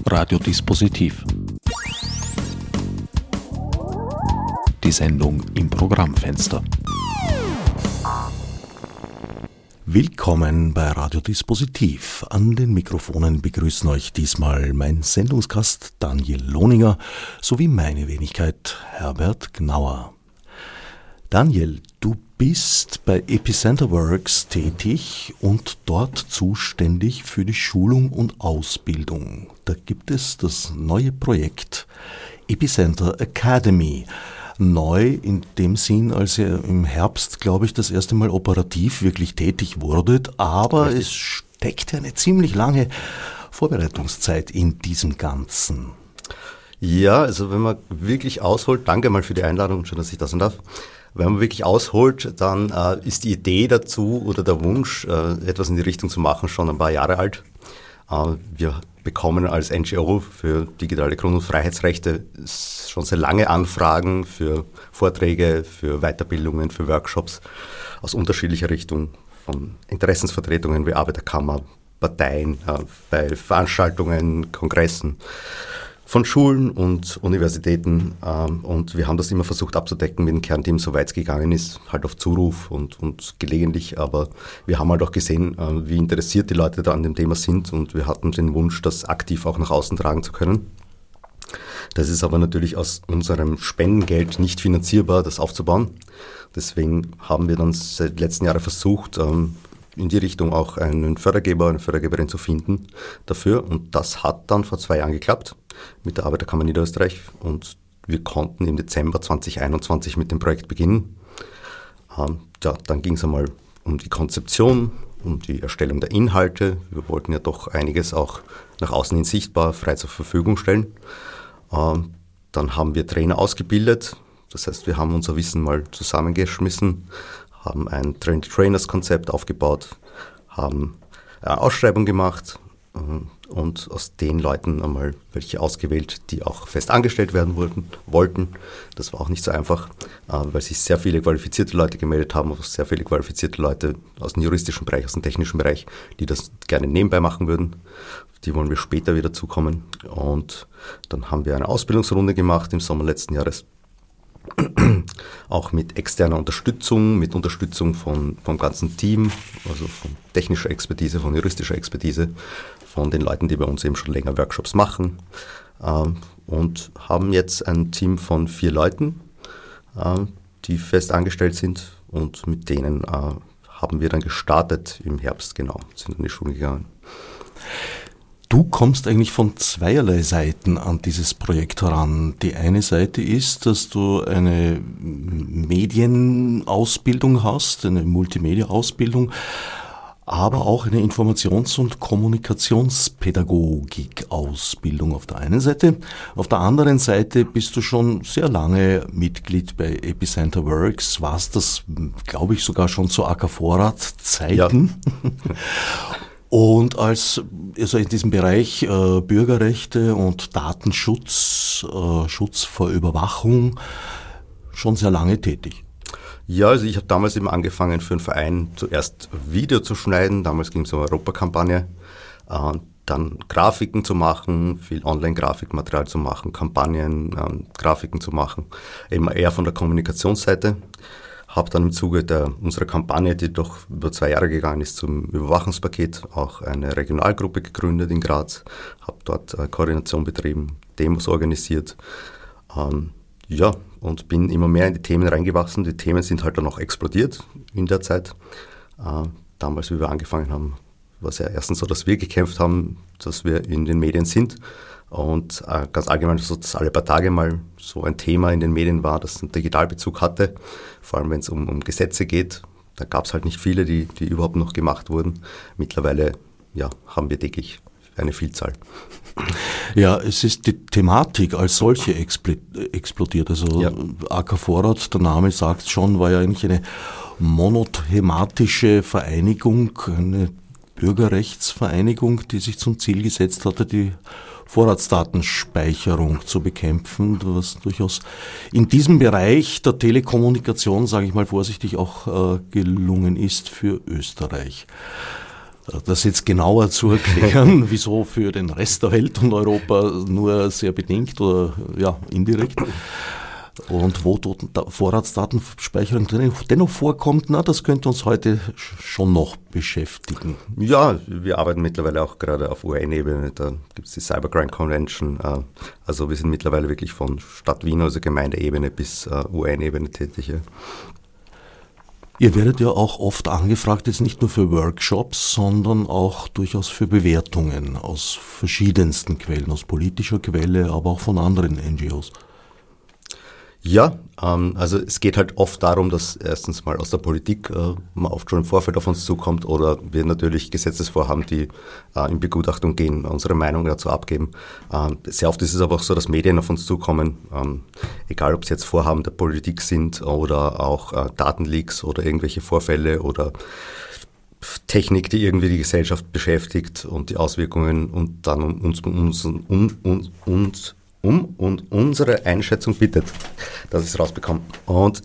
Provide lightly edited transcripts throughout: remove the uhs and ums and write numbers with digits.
Radiodispositiv. Die Sendung im Programmfenster. Willkommen bei Radiodispositiv. An den Mikrofonen begrüßen euch diesmal mein Sendungsgast Daniel Lohninger sowie meine Wenigkeit Herbert Gnauer. Daniel, du bist bei Epicenter Works tätig und dort zuständig für die Schulung und Ausbildung. Da gibt es das neue Projekt Epicenter Academy. Neu in dem Sinn, als ihr im Herbst, glaube ich, das erste Mal operativ wirklich tätig wurdet, aber richtig. Es steckt ja eine ziemlich lange Vorbereitungszeit in diesem Ganzen. Ja, also wenn man wirklich ausholt, danke mal für die Einladung, schön, dass ich da sein darf. Wenn man wirklich ausholt, dann ist die Idee dazu oder der Wunsch, etwas in die Richtung zu machen, schon ein paar Jahre alt. Wir bekommen als NGO für digitale Grund- und Freiheitsrechte schon sehr lange Anfragen für Vorträge, für Weiterbildungen, für Workshops aus unterschiedlicher Richtung, von Interessensvertretungen wie Arbeiterkammer, Parteien, bei Veranstaltungen, Kongressen, von Schulen und Universitäten, und wir haben das immer versucht abzudecken mit dem Kernteam, soweit es gegangen ist, halt auf Zuruf und gelegentlich, aber wir haben halt auch gesehen, wie interessiert die Leute da an dem Thema sind, und wir hatten den Wunsch, das aktiv auch nach außen tragen zu können. Das ist aber natürlich aus unserem Spendengeld nicht finanzierbar, das aufzubauen. Deswegen haben wir dann seit letzten Jahren versucht, in die Richtung auch einen Fördergeber, eine Fördergeberin zu finden dafür. Und das hat dann vor 2 Jahren geklappt mit der Arbeiterkammer Niederösterreich. Und wir konnten im Dezember 2021 mit dem Projekt beginnen. Dann ging es einmal um die Konzeption, um die Erstellung der Inhalte. Wir wollten ja doch einiges auch nach außen hin sichtbar, frei zur Verfügung stellen. Dann haben wir Trainer ausgebildet. Das heißt, wir haben unser Wissen mal zusammengeschmissen, haben ein Trainers-Konzept aufgebaut, haben eine Ausschreibung gemacht und aus den Leuten einmal welche ausgewählt, die auch fest angestellt werden wollten. Das war auch nicht so einfach, weil sich sehr viele qualifizierte Leute gemeldet haben, auch sehr viele qualifizierte Leute aus dem juristischen Bereich, aus dem technischen Bereich, die das gerne nebenbei machen würden. Auf die wollen wir später wieder zukommen. Und dann haben wir eine Ausbildungsrunde gemacht im Sommer letzten Jahres. Auch mit externer Unterstützung, mit Unterstützung vom ganzen Team, also von technischer Expertise, von juristischer Expertise, von den Leuten, die bei uns eben schon länger Workshops machen, und haben jetzt ein Team von 4 Leuten, die fest angestellt sind, und mit denen haben wir dann gestartet im Herbst, sind in die Schule gegangen. Du kommst eigentlich von zweierlei Seiten an dieses Projekt heran. Die eine Seite ist, dass du eine Medienausbildung hast, eine Multimedia-Ausbildung, aber auch eine Informations- und Kommunikationspädagogik-Ausbildung auf der einen Seite. Auf der anderen Seite bist du schon sehr lange Mitglied bei Epicenter Works, warst das, glaube ich, sogar schon zu AK-Vorrat-Zeiten. Ja. Und also in diesem Bereich Bürgerrechte und Datenschutz, Schutz vor Überwachung schon sehr lange tätig. Ja, also ich habe damals eben angefangen für einen Verein zuerst Video zu schneiden, damals ging es um Europakampagne, dann Grafiken zu machen, viel Online-Grafikmaterial zu machen, Kampagnen, Grafiken zu machen, eben eher von der Kommunikationsseite. Habe dann im Zuge unserer Kampagne, die doch über 2 Jahre gegangen ist, zum Überwachungspaket, auch eine Regionalgruppe gegründet in Graz, habe dort Koordination betrieben, Demos organisiert, und bin immer mehr in die Themen reingewachsen. Die Themen sind halt dann auch explodiert in der Zeit. Damals, wie wir angefangen haben, war es ja erstens so, dass wir gekämpft haben, dass wir in den Medien sind. Und ganz allgemein, so, dass alle paar Tage mal so ein Thema in den Medien war, das einen Digitalbezug hatte, vor allem wenn es um Gesetze geht. Da gab es halt nicht viele, die überhaupt noch gemacht wurden. Mittlerweile haben wir täglich eine Vielzahl. Ja, es ist die Thematik als solche explodiert. Also ja. AK-Vorrat, der Name sagt schon, war ja eigentlich eine monothematische Vereinigung, eine Bürgerrechtsvereinigung, die sich zum Ziel gesetzt hatte, die Vorratsdatenspeicherung zu bekämpfen, was durchaus in diesem Bereich der Telekommunikation, sage ich mal vorsichtig, auch gelungen ist für Österreich. Das jetzt genauer zu erklären, wieso für den Rest der Welt und Europa nur sehr bedingt oder ja, indirekt. Und wo Vorratsdatenspeicherung dennoch vorkommt, na, das könnte uns heute schon noch beschäftigen. Ja, wir arbeiten mittlerweile auch gerade auf UN-Ebene, da gibt es die Cybercrime Convention, also wir sind mittlerweile wirklich von Stadt Wien, also Gemeindeebene bis UN-Ebene tätig. Ja. Ihr werdet ja auch oft angefragt, jetzt nicht nur für Workshops, sondern auch durchaus für Bewertungen aus verschiedensten Quellen, aus politischer Quelle, aber auch von anderen NGOs. Ja, also es geht halt oft darum, dass erstens mal aus der Politik man oft schon im Vorfeld auf uns zukommt oder wir natürlich Gesetzesvorhaben, die in Begutachtung gehen, unsere Meinung dazu abgeben. Sehr oft ist es aber auch so, dass Medien auf uns zukommen, egal ob es jetzt Vorhaben der Politik sind oder auch Datenleaks oder irgendwelche Vorfälle oder Technik, die irgendwie die Gesellschaft beschäftigt und die Auswirkungen und dann um unsere Einschätzung bittet, dass ich es rausbekomme. Und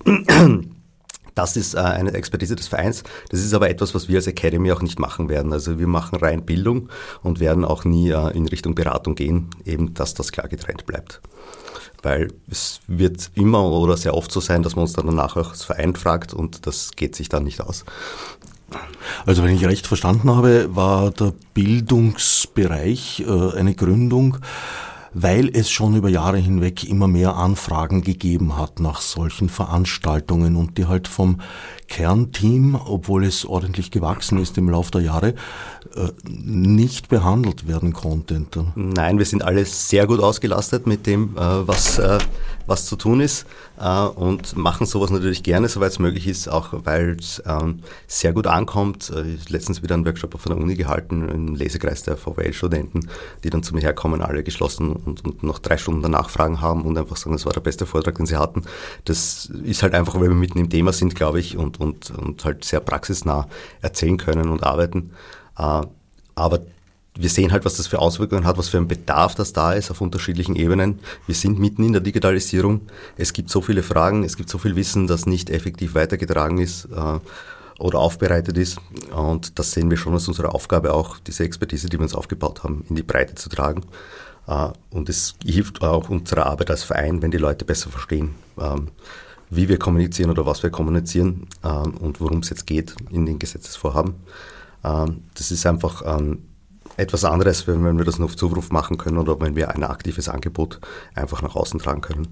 das ist eine Expertise des Vereins. Das ist aber etwas, was wir als Academy auch nicht machen werden. Also wir machen rein Bildung und werden auch nie in Richtung Beratung gehen, eben dass das klar getrennt bleibt. Weil es wird immer oder sehr oft so sein, dass man uns dann danach auch als Verein fragt und das geht sich dann nicht aus. Also wenn ich recht verstanden habe, war der Bildungsbereich eine Gründung, weil es schon über Jahre hinweg immer mehr Anfragen gegeben hat nach solchen Veranstaltungen und die halt vom Kernteam, obwohl es ordentlich gewachsen ist im Laufe der Jahre, nicht behandelt werden konnte. Nein, wir sind alle sehr gut ausgelastet mit dem, was zu tun ist und machen sowas natürlich gerne, soweit es möglich ist, auch weil es sehr gut ankommt. Ich habe letztens wieder einen Workshop von der Uni gehalten, einen Lesekreis der VWL-Studenten, die dann zu mir herkommen, alle geschlossen und noch 3 Stunden danach Fragen haben und einfach sagen, das war der beste Vortrag, den sie hatten. Das ist halt einfach, weil wir mitten im Thema sind, glaube ich, und halt sehr praxisnah erzählen können und arbeiten. Aber wir sehen halt, was das für Auswirkungen hat, was für ein Bedarf das da ist auf unterschiedlichen Ebenen. Wir sind mitten in der Digitalisierung. Es gibt so viele Fragen, es gibt so viel Wissen, das nicht effektiv weitergetragen ist oder aufbereitet ist. Und das sehen wir schon als unsere Aufgabe auch, diese Expertise, die wir uns aufgebaut haben, in die Breite zu tragen. Und es hilft auch unserer Arbeit als Verein, wenn die Leute besser verstehen, wie wir kommunizieren oder was wir kommunizieren und worum es jetzt geht in den Gesetzesvorhaben. Das ist einfach etwas anderes, wenn wir das nur auf Zuruf machen können oder wenn wir ein aktives Angebot einfach nach außen tragen können.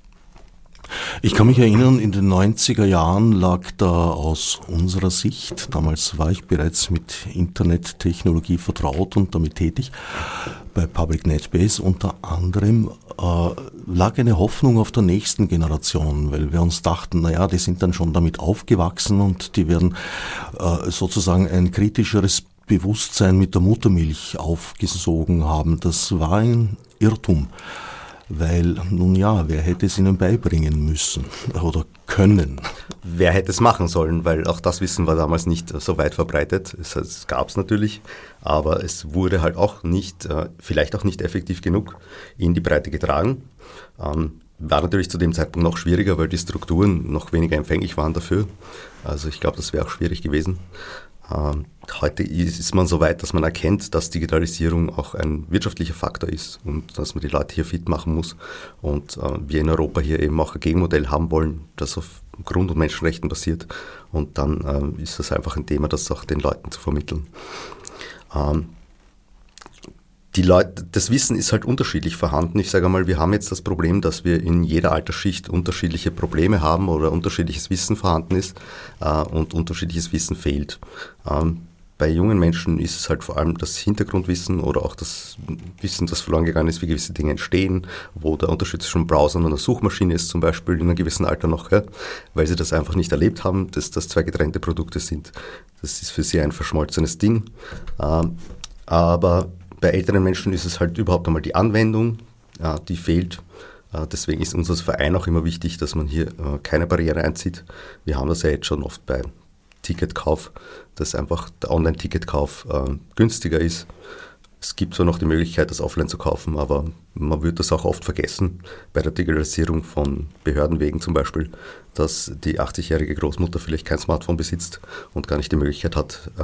Ich kann mich erinnern, in den 90er Jahren lag da aus unserer Sicht, damals war ich bereits mit Internettechnologie vertraut und damit tätig, bei Public NetBase unter anderem, lag eine Hoffnung auf der nächsten Generation, weil wir uns dachten, naja, die sind dann schon damit aufgewachsen und die werden sozusagen ein kritischeres Bewusstsein mit der Muttermilch aufgesogen haben. Das war ein Irrtum. Weil, nun ja, wer hätte es ihnen beibringen müssen oder können? Wer hätte es machen sollen, weil auch das Wissen war damals nicht so weit verbreitet. Es gab es natürlich, aber es wurde halt auch nicht, vielleicht auch nicht effektiv genug in die Breite getragen. War natürlich zu dem Zeitpunkt noch schwieriger, weil die Strukturen noch weniger empfänglich waren dafür. Also ich glaube, das wäre auch schwierig gewesen. Heute ist man so weit, dass man erkennt, dass Digitalisierung auch ein wirtschaftlicher Faktor ist und dass man die Leute hier fit machen muss und wir in Europa hier eben auch ein Gegenmodell haben wollen, das auf Grund- und Menschenrechten basiert und dann ist das einfach ein Thema, das auch den Leuten zu vermitteln. Das Wissen ist halt unterschiedlich vorhanden. Ich sage einmal, wir haben jetzt das Problem, dass wir in jeder Altersschicht unterschiedliche Probleme haben oder unterschiedliches Wissen vorhanden ist und unterschiedliches Wissen fehlt. Bei jungen Menschen ist es halt vor allem das Hintergrundwissen oder auch das Wissen, das verloren gegangen ist, wie gewisse Dinge entstehen, wo der Unterschied zwischen Browsern und einer Suchmaschine ist zum Beispiel in einem gewissen Alter noch, ja, weil sie das einfach nicht erlebt haben, dass das 2 getrennte Produkte sind. Das ist für sie ein verschmolzenes Ding. Aber bei älteren Menschen ist es halt überhaupt einmal die Anwendung, die fehlt. Deswegen ist uns als Verein auch immer wichtig, dass man hier keine Barriere einzieht. Wir haben das ja jetzt schon oft bei Ticketkauf, dass einfach der Online-Ticketkauf günstiger ist. Es gibt zwar noch die Möglichkeit, das offline zu kaufen, aber man wird das auch oft vergessen bei der Digitalisierung von Behörden wegen zum Beispiel, dass die 80-jährige Großmutter vielleicht kein Smartphone besitzt und gar nicht die Möglichkeit hat,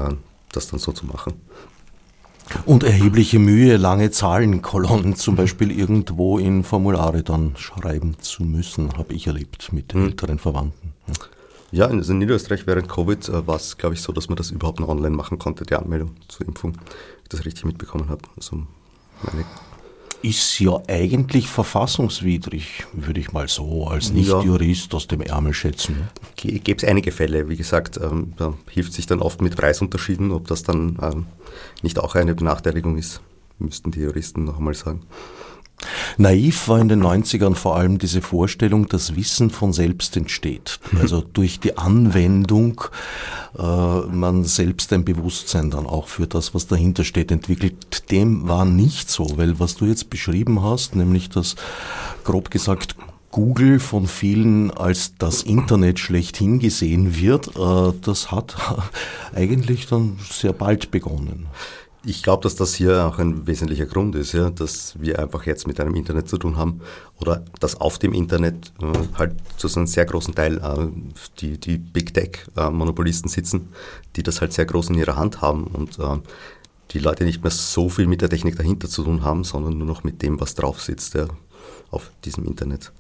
das dann so zu machen. Und erhebliche Mühe, lange Zahlenkolonnen zum Beispiel irgendwo in Formulare dann schreiben zu müssen, habe ich erlebt mit älteren Verwandten. Ja, also in Niederösterreich während Covid war es, glaube ich, so, dass man das überhaupt noch online machen konnte, die Anmeldung zur Impfung, wenn ich das richtig mitbekommen habe. Also ist ja eigentlich verfassungswidrig, würde ich mal so als Nicht-Jurist aus dem Ärmel schätzen. Gäbe es einige Fälle, wie gesagt, da hilft sich dann oft mit Preisunterschieden, ob das dann nicht auch eine Benachteiligung ist, müssten die Juristen noch einmal sagen. Naiv war in den 90ern vor allem diese Vorstellung, dass Wissen von selbst entsteht. Also durch die Anwendung man selbst ein Bewusstsein dann auch für das, was dahinter steht, entwickelt. Dem war nicht so, weil was du jetzt beschrieben hast, nämlich dass grob gesagt Google von vielen als das Internet schlechthin gesehen wird, das hat eigentlich dann sehr bald begonnen. Ich glaube, dass das hier auch ein wesentlicher Grund ist, ja, dass wir einfach jetzt mit einem Internet zu tun haben oder dass auf dem Internet halt zu so einem sehr großen Teil die Big Tech-Monopolisten sitzen, die das halt sehr groß in ihrer Hand haben und die Leute nicht mehr so viel mit der Technik dahinter zu tun haben, sondern nur noch mit dem, was drauf sitzt, ja, auf diesem Internet.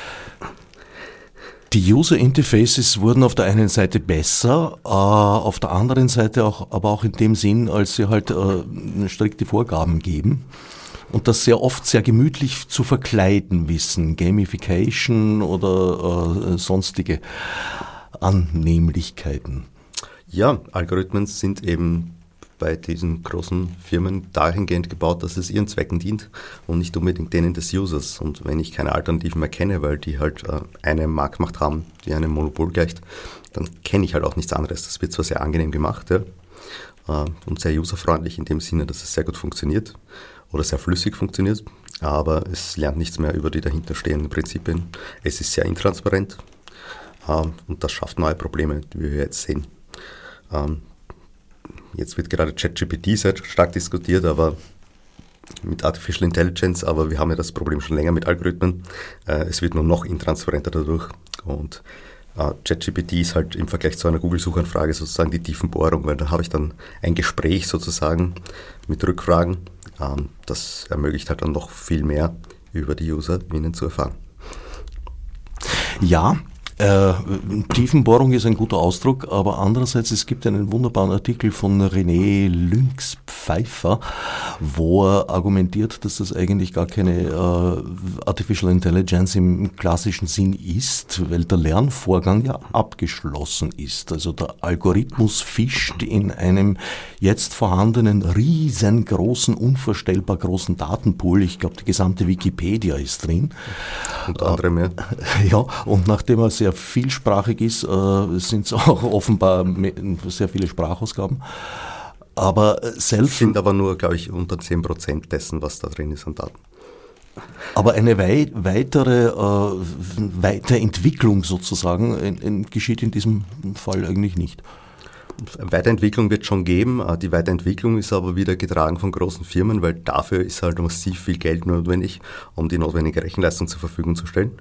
Die User Interfaces wurden auf der einen Seite besser, auf der anderen Seite aber auch in dem Sinn, als sie halt strikte Vorgaben geben und das sehr oft sehr gemütlich zu verkleiden wissen, Gamification oder sonstige Annehmlichkeiten. Ja, Algorithmen sind eben bei diesen großen Firmen dahingehend gebaut, dass es ihren Zwecken dient und nicht unbedingt denen des Users. Und wenn ich keine Alternativen mehr kenne, weil die halt eine Marktmacht haben, die einem Monopol gleicht, dann kenne ich halt auch nichts anderes. Das wird zwar sehr angenehm gemacht, ja, und sehr userfreundlich in dem Sinne, dass es sehr gut funktioniert oder sehr flüssig funktioniert, aber es lernt nichts mehr über die dahinterstehenden Prinzipien. Es ist sehr intransparent und das schafft neue Probleme, die wir jetzt sehen. Jetzt wird gerade ChatGPT sehr stark diskutiert, aber mit Artificial Intelligence, aber wir haben ja das Problem schon länger mit Algorithmen. Es wird nur noch intransparenter dadurch und ChatGPT ist halt im Vergleich zu einer Google-Suchanfrage sozusagen die Tiefenbohrung, weil da habe ich dann ein Gespräch sozusagen mit Rückfragen. Das ermöglicht halt dann noch viel mehr über die UserInnen zu erfahren. Ja, Tiefenbohrung ist ein guter Ausdruck, aber andererseits, es gibt einen wunderbaren Artikel von René Lynx-Pfeiffer, wo er argumentiert, dass das eigentlich gar keine Artificial Intelligence im klassischen Sinn ist, weil der Lernvorgang ja abgeschlossen ist. Also der Algorithmus fischt in einem jetzt vorhandenen riesengroßen, unvorstellbar großen Datenpool. Ich glaube, die gesamte Wikipedia ist drin. Unter anderem, ja. Ja, und nachdem er sehr vielsprachig ist, sind es auch offenbar sehr viele Sprachausgaben. Aber selbst sind aber nur, glaube ich, unter 10% dessen, was da drin ist an Daten. Aber eine weitere Weiterentwicklung sozusagen geschieht in diesem Fall eigentlich nicht. Weiterentwicklung wird schon geben. Die Weiterentwicklung ist aber wieder getragen von großen Firmen, weil dafür ist halt massiv viel Geld notwendig, um die notwendige Rechenleistung zur Verfügung zu stellen.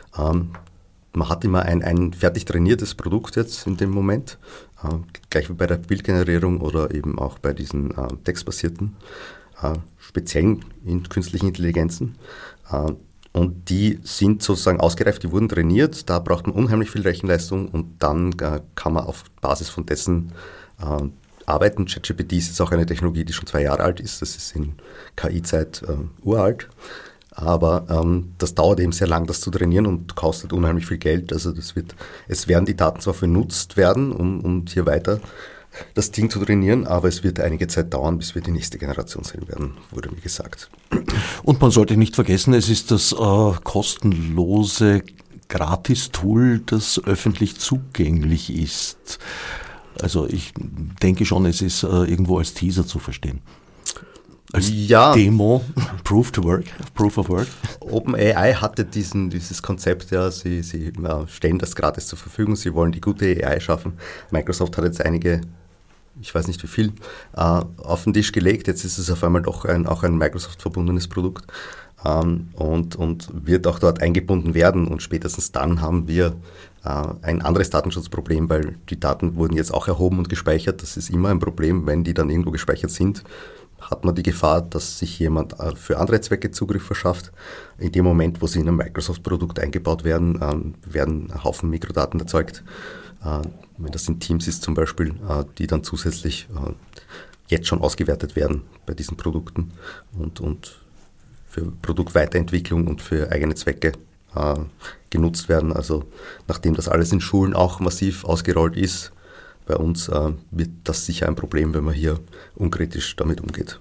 Man hat immer ein fertig trainiertes Produkt jetzt in dem Moment, gleich wie bei der Bildgenerierung oder eben auch bei diesen textbasierten, speziellen künstlichen Intelligenzen. Und die sind sozusagen ausgereift, die wurden trainiert, da braucht man unheimlich viel Rechenleistung und dann kann man auf Basis von dessen arbeiten. ChatGPT ist jetzt auch eine Technologie, die schon 2 Jahre alt ist, das ist in KI-Zeit uralt. Aber das dauert eben sehr lang, das zu trainieren und kostet unheimlich viel Geld. Also es werden die Daten zwar benutzt werden, um hier weiter das Ding zu trainieren, aber es wird einige Zeit dauern, bis wir die nächste Generation sehen werden, wurde mir gesagt. Und man sollte nicht vergessen, es ist das kostenlose Gratis-Tool, das öffentlich zugänglich ist. Also ich denke schon, es ist irgendwo als Teaser zu verstehen. Als Demo, Proof of Work. OpenAI hatte dieses Konzept, ja, sie stellen das gratis zur Verfügung, sie wollen die gute AI schaffen. Microsoft hat jetzt einige, ich weiß nicht wie viel, auf den Tisch gelegt. Jetzt ist es auf einmal doch auch ein Microsoft-verbundenes Produkt. und wird auch dort eingebunden werden. Und spätestens dann haben wir ein anderes Datenschutzproblem, weil die Daten wurden jetzt auch erhoben und gespeichert. Das ist immer ein Problem, wenn die dann irgendwo gespeichert sind, hat man die Gefahr, dass sich jemand für andere Zwecke Zugriff verschafft. In dem Moment, wo sie in ein Microsoft-Produkt eingebaut werden, werden ein Haufen Mikrodaten erzeugt. Wenn das in Teams ist zum Beispiel, die dann zusätzlich jetzt schon ausgewertet werden bei diesen Produkten und für Produktweiterentwicklung und für eigene Zwecke genutzt werden. Also nachdem das alles in Schulen auch massiv ausgerollt ist, bei uns wird das sicher ein Problem, wenn man hier unkritisch damit umgeht.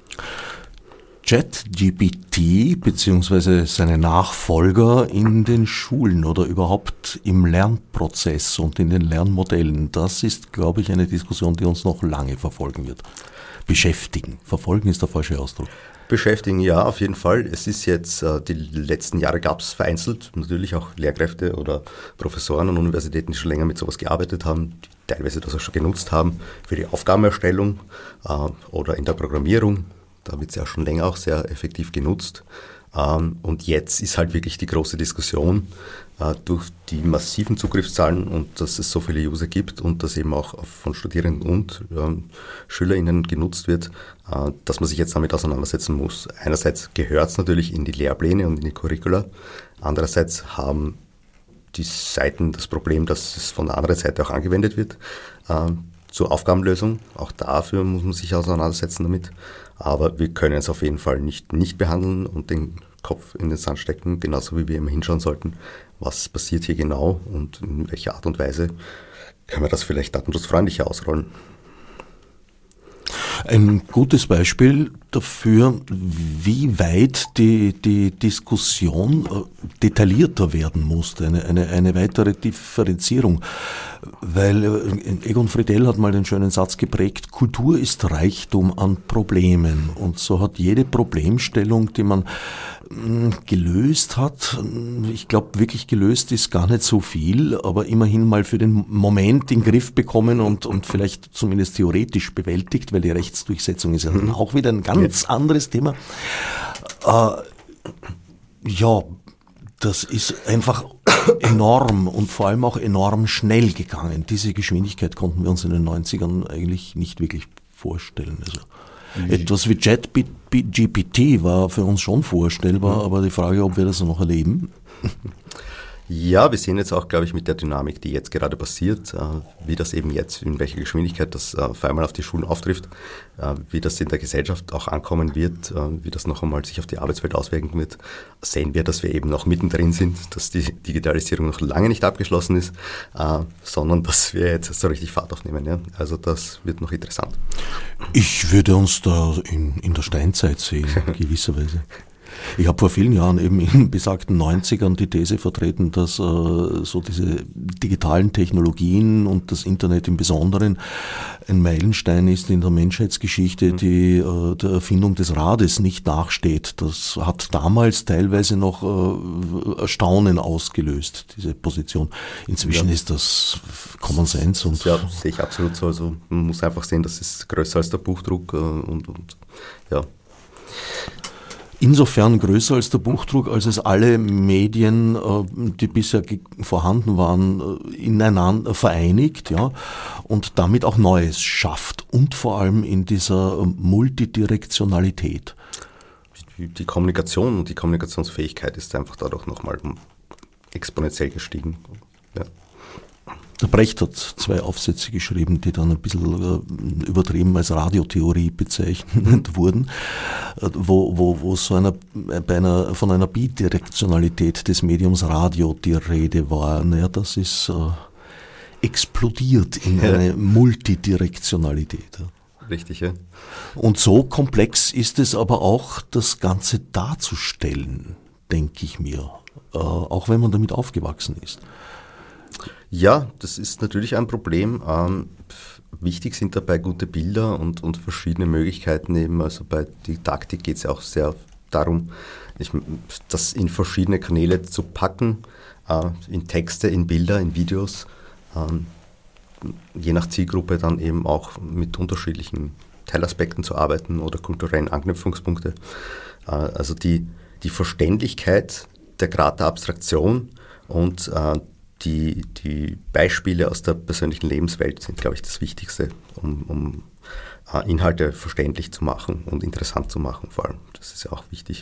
ChatGPT bzw. seine Nachfolger in den Schulen oder überhaupt im Lernprozess und in den Lernmodellen, das ist, glaube ich, eine Diskussion, die uns noch lange verfolgen wird. Beschäftigen. Verfolgen ist der falsche Ausdruck. Beschäftigen, ja, auf jeden Fall. Es ist jetzt, die letzten Jahre gab es vereinzelt natürlich auch Lehrkräfte oder Professoren an Universitäten, die schon länger mit sowas gearbeitet haben, die teilweise das auch schon genutzt haben für die Aufgabenerstellung oder in der Programmierung. Da wird es ja schon länger auch sehr effektiv genutzt. Und jetzt ist halt wirklich die große Diskussion durch die massiven Zugriffszahlen und dass es so viele User gibt und dass eben auch von Studierenden und SchülerInnen genutzt wird, dass man sich jetzt damit auseinandersetzen muss. Einerseits gehört es natürlich in die Lehrpläne und in die Curricula. Andererseits haben die Seiten das Problem, dass es von der anderen Seite auch angewendet wird zur Aufgabenlösung. Auch dafür muss man sich auseinandersetzen damit. Aber wir können es auf jeden Fall nicht behandeln und den Kopf in den Sand stecken, genauso wie wir immer hinschauen sollten, was passiert hier genau und in welcher Art und Weise können wir das vielleicht datenschutzfreundlicher ausrollen. Ein gutes Beispiel dafür, wie weit die Diskussion detaillierter werden musste, eine weitere Differenzierung. Weil Egon Friedell hat mal den schönen Satz geprägt, Kultur ist Reichtum an Problemen. Und so hat jede Problemstellung, die man gelöst hat, ich glaube wirklich gelöst ist gar nicht so viel, aber immerhin mal für den Moment in den Griff bekommen und vielleicht zumindest theoretisch bewältigt, weil die Rechtsdurchsetzung ist ja dann auch wieder ein ganz anderes Thema. Ja, das ist einfach enorm und vor allem auch enorm schnell gegangen. Diese Geschwindigkeit konnten wir uns in den 90ern eigentlich nicht wirklich vorstellen. Also etwas wie ChatGPT war für uns schon vorstellbar, aber die Frage, ob wir das noch erleben. Ja, wir sehen jetzt auch, glaube ich, mit der Dynamik, die jetzt gerade passiert, wie das eben jetzt, in welcher Geschwindigkeit das auf einmal auf die Schulen auftrifft, wie das in der Gesellschaft auch ankommen wird, wie das noch einmal sich auf die Arbeitswelt auswirken wird, sehen wir, dass wir eben noch mittendrin sind, dass die Digitalisierung noch lange nicht abgeschlossen ist, sondern dass wir jetzt so richtig Fahrt aufnehmen. Ja? Also das wird noch interessant. Ich würde uns da in der Steinzeit sehen, gewisserweise. Ich habe vor vielen Jahren eben in besagten 90ern die These vertreten, dass so diese digitalen Technologien und das Internet im Besonderen ein Meilenstein ist in der Menschheitsgeschichte, die der Erfindung des Rades nicht nachsteht. Das hat damals teilweise noch Erstaunen ausgelöst, diese Position. Inzwischen ist das Common Sense. Und ja, sehe ich absolut so. Also man muss einfach sehen, das ist größer als der Buchdruck und ja. Insofern größer als der Buchdruck, als es alle Medien, die bisher vorhanden waren, ineinander vereinigt, ja, und damit auch Neues schafft und vor allem in dieser Multidirektionalität. Die Kommunikation und die Kommunikationsfähigkeit ist einfach dadurch nochmal exponentiell gestiegen. Ja. Der Brecht hat 2 Aufsätze geschrieben, die dann ein bisschen übertrieben als Radiotheorie bezeichnet wurden, wo so von einer Bidirektionalität des Mediums Radio die Rede war. Naja, das ist explodiert in eine Multidirektionalität. Richtig, ja. Und so komplex ist es aber auch, das Ganze darzustellen, denke ich mir, auch wenn man damit aufgewachsen ist. Ja, das ist natürlich ein Problem. Wichtig sind dabei gute Bilder und verschiedene Möglichkeiten eben. Also bei Didaktik geht es ja auch sehr darum, das in verschiedene Kanäle zu packen, in Texte, in Bilder, in Videos, je nach Zielgruppe dann eben auch mit unterschiedlichen Teilaspekten zu arbeiten oder kulturellen Anknüpfungspunkte. Also die die Verständlichkeit, der Grad der Abstraktion und die Beispiele aus der persönlichen Lebenswelt sind, glaube ich, das Wichtigste, um Inhalte verständlich zu machen und interessant zu machen vor allem. Das ist ja auch wichtig.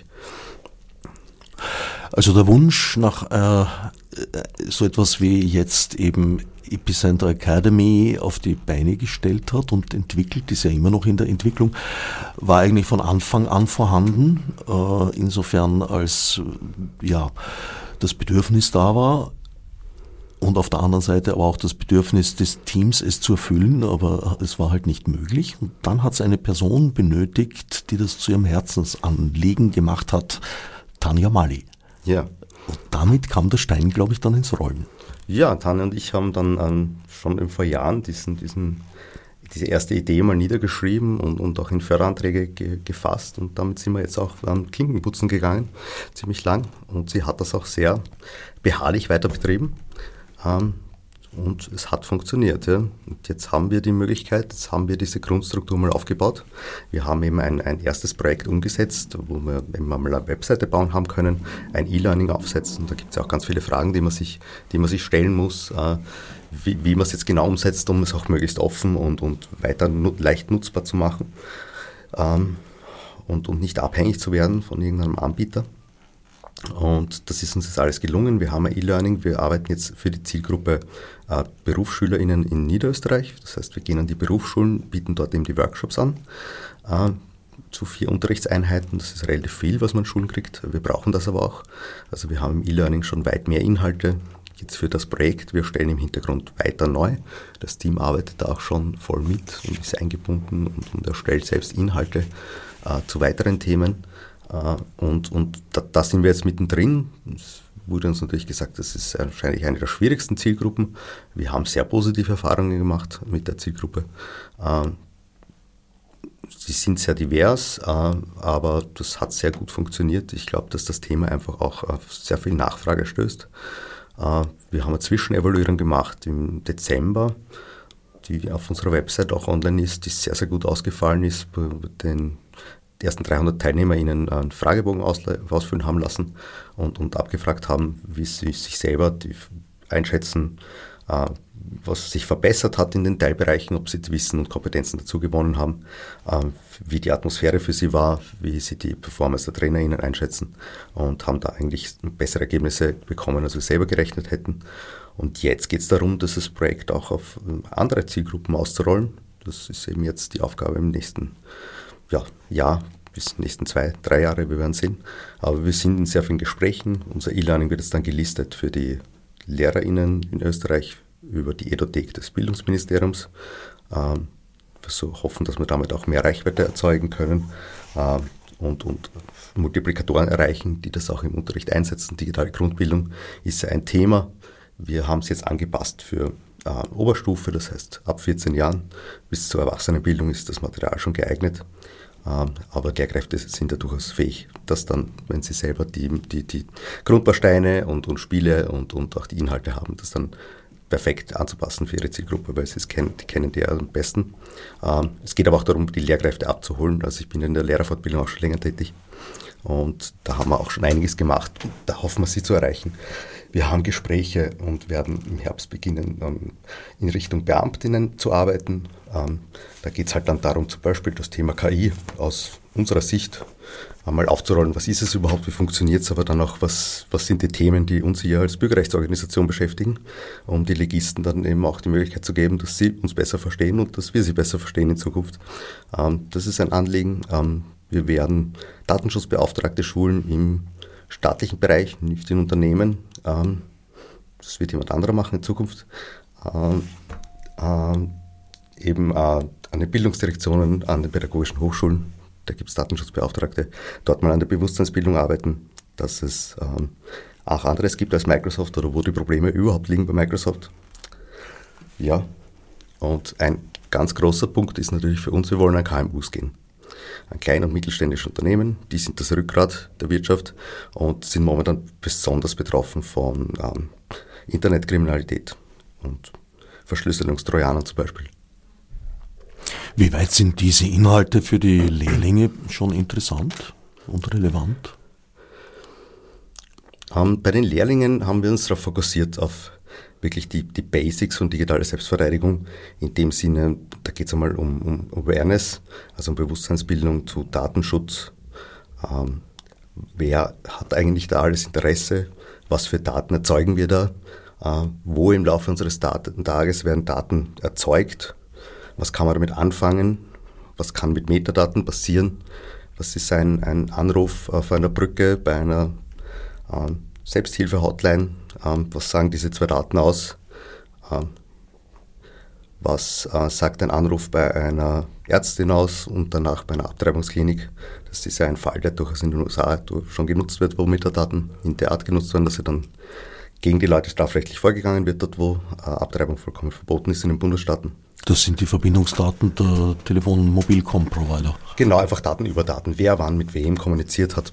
Also der Wunsch nach so etwas wie jetzt eben Epicenter Academy auf die Beine gestellt hat und entwickelt, ist ja immer noch in der Entwicklung, war eigentlich von Anfang an vorhanden, insofern als ja das Bedürfnis da war und auf der anderen Seite aber auch das Bedürfnis des Teams, es zu erfüllen, aber es war halt nicht möglich. Und dann hat es eine Person benötigt, die das zu ihrem Herzensanliegen gemacht hat, Tanja Mali. Ja. Und damit kam der Stein, glaube ich, dann ins Rollen. Ja, Tanja und ich haben dann schon vor Jahren diese erste Idee mal niedergeschrieben und auch in Förderanträge gefasst. Und damit sind wir jetzt auch an Klinkenputzen gegangen, ziemlich lang. Und sie hat das auch sehr beharrlich weiter betrieben. Und es hat funktioniert. Ja. Und jetzt haben wir die Möglichkeit, jetzt haben wir diese Grundstruktur mal aufgebaut. Wir haben eben ein erstes Projekt umgesetzt, wo wir eben mal eine Webseite bauen haben können, ein E-Learning aufsetzen. Da gibt es ja auch ganz viele Fragen, die man sich stellen muss, wie man es jetzt genau umsetzt, um es auch möglichst offen und weiter leicht nutzbar zu machen und nicht abhängig zu werden von irgendeinem Anbieter. Und das ist uns jetzt alles gelungen. Wir haben ein E-Learning, wir arbeiten jetzt für die Zielgruppe BerufsschülerInnen in Niederösterreich. Das heißt, wir gehen an die Berufsschulen, bieten dort eben die Workshops an zu 4 Unterrichtseinheiten. Das ist relativ viel, was man in Schulen kriegt. Wir brauchen das aber auch. Also wir haben im E-Learning schon weit mehr Inhalte jetzt für das Projekt. Wir stellen im Hintergrund weiter neu. Das Team arbeitet da auch schon voll mit und ist eingebunden und erstellt selbst Inhalte zu weiteren Themen. Und da sind wir jetzt mittendrin. Es wurde uns natürlich gesagt, das ist wahrscheinlich eine der schwierigsten Zielgruppen. Wir haben sehr positive Erfahrungen gemacht mit der Zielgruppe. Sie sind sehr divers, aber das hat sehr gut funktioniert. Ich glaube, dass das Thema einfach auch auf sehr viel Nachfrage stößt. Wir haben eine Zwischenevaluierung gemacht im Dezember, die auf unserer Website auch online ist, die sehr, sehr gut ausgefallen ist. Bei den ersten 300 TeilnehmerInnen einen Fragebogen ausfüllen haben lassen und abgefragt haben, wie sie sich selber einschätzen, was sich verbessert hat in den Teilbereichen, ob sie Wissen und Kompetenzen dazu gewonnen haben, wie die Atmosphäre für sie war, wie sie die Performance der TrainerInnen einschätzen und haben da eigentlich bessere Ergebnisse bekommen, als wir selber gerechnet hätten. Und jetzt geht es darum, das Projekt auch auf andere Zielgruppen auszurollen. Das ist eben jetzt die Aufgabe im nächsten Jahr, bis die nächsten 2-3 Jahre, wir werden sehen. Aber wir sind in sehr vielen Gesprächen. Unser E-Learning wird jetzt dann gelistet für die LehrerInnen in Österreich über die Edothek des Bildungsministeriums. Wir hoffen, dass wir damit auch mehr Reichweite erzeugen können und Multiplikatoren erreichen, die das auch im Unterricht einsetzen. Digitale Grundbildung ist ja ein Thema. Wir haben es jetzt angepasst für Oberstufe, das heißt ab 14 Jahren bis zur Erwachsenenbildung ist das Material schon geeignet. Aber Lehrkräfte sind ja durchaus fähig, dass dann, wenn sie selber die Grundbausteine und Spiele und auch die Inhalte haben, das dann perfekt anzupassen für ihre Zielgruppe, weil sie kennen die ja am besten. Es geht aber auch darum, die Lehrkräfte abzuholen. Also ich bin in der Lehrerfortbildung auch schon länger tätig und da haben wir auch schon einiges gemacht. Da hoffen wir, sie zu erreichen. Wir haben Gespräche und werden im Herbst beginnen, in Richtung Beamtinnen zu arbeiten. Da geht es halt dann darum, zum Beispiel das Thema KI aus unserer Sicht einmal aufzurollen. Was ist es überhaupt, wie funktioniert es, aber dann auch, was sind die Themen, die uns hier als Bürgerrechtsorganisation beschäftigen, um die Legisten dann eben auch die Möglichkeit zu geben, dass sie uns besser verstehen und dass wir sie besser verstehen in Zukunft. Das ist ein Anliegen. Wir werden Datenschutzbeauftragte schulen im staatlichen Bereich, nicht in Unternehmen. Das wird jemand anderer machen in Zukunft. Eben an den Bildungsdirektionen, an den pädagogischen Hochschulen, da gibt es Datenschutzbeauftragte, dort mal an der Bewusstseinsbildung arbeiten, dass es auch anderes gibt als Microsoft oder wo die Probleme überhaupt liegen bei Microsoft. Ja, und ein ganz großer Punkt ist natürlich für uns, wir wollen an KMUs gehen. An kleine und mittelständische Unternehmen, die sind das Rückgrat der Wirtschaft und sind momentan besonders betroffen von Internetkriminalität und Verschlüsselungstrojanern zum Beispiel. Wie weit sind diese Inhalte für die Lehrlinge schon interessant und relevant? Bei den Lehrlingen haben wir uns darauf fokussiert, auf wirklich die Basics von digitaler Selbstverteidigung. In dem Sinne, da geht es einmal um Awareness, also um Bewusstseinsbildung zu Datenschutz. Wer hat eigentlich da alles Interesse? Was für Daten erzeugen wir da? Wo im Laufe unseres Tages werden Daten erzeugt? Was kann man damit anfangen? Was kann mit Metadaten passieren? Was ist ein Anruf auf einer Brücke bei einer Selbsthilfe-Hotline? Was sagen diese 2 Daten aus? Was sagt ein Anruf bei einer Ärztin aus und danach bei einer Abtreibungsklinik? Das ist ja ein Fall, der durchaus in den USA schon genutzt wird, wo Metadaten in der Art genutzt werden, dass sie dann gegen die Leute strafrechtlich vorgegangen wird, dort wo Abtreibung vollkommen verboten ist in den Bundesstaaten. Das sind die Verbindungsdaten der Telefon- und Mobilcom-Provider. Genau, einfach Daten über Daten, wer wann mit wem kommuniziert hat.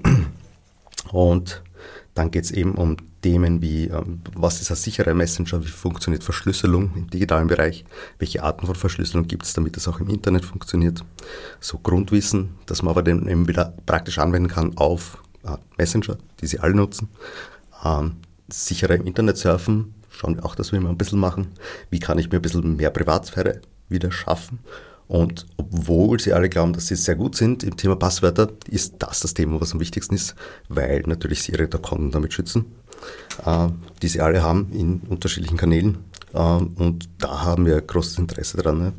Und dann geht es eben um Themen wie, was ist ein sicherer Messenger, wie funktioniert Verschlüsselung im digitalen Bereich, welche Arten von Verschlüsselung gibt es, damit das auch im Internet funktioniert. So Grundwissen, das man aber dann eben wieder praktisch anwenden kann auf Messenger, die sie alle nutzen. Sicherer im Internet surfen, schauen wir auch, dass wir immer ein bisschen machen. Wie kann ich mir ein bisschen mehr Privatsphäre wieder schaffen? Und obwohl sie alle glauben, dass sie sehr gut sind im Thema Passwörter, ist das Thema, was am wichtigsten ist, weil natürlich sie ihre Konten damit schützen, die sie alle haben in unterschiedlichen Kanälen. Und da haben wir großes Interesse dran. Ne?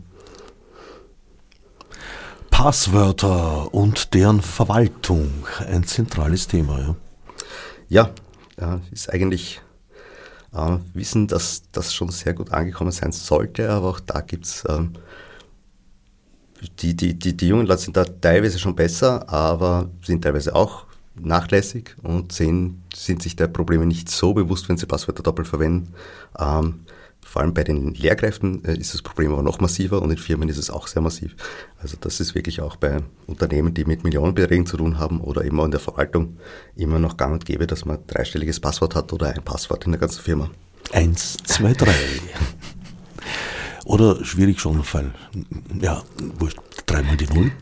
Passwörter und deren Verwaltung, ein zentrales Thema. Ja, ist eigentlich Wissen, dass das schon sehr gut angekommen sein sollte, aber auch da gibt es die jungen Leute sind da teilweise schon besser, aber sind teilweise auch nachlässig und sind sich der Probleme nicht so bewusst, wenn sie Passwörter doppelt verwenden. Vor allem bei den Lehrkräften ist das Problem aber noch massiver und in Firmen ist es auch sehr massiv. Also das ist wirklich auch bei Unternehmen, die mit Millionenbeträgen zu tun haben oder immer in der Verwaltung immer noch gang und gäbe, dass man ein 3-stelliges Passwort hat oder ein Passwort in der ganzen Firma. 1, 2, 3. Oder schwierig schon, weil, ja, wurscht, 3 mal die 0.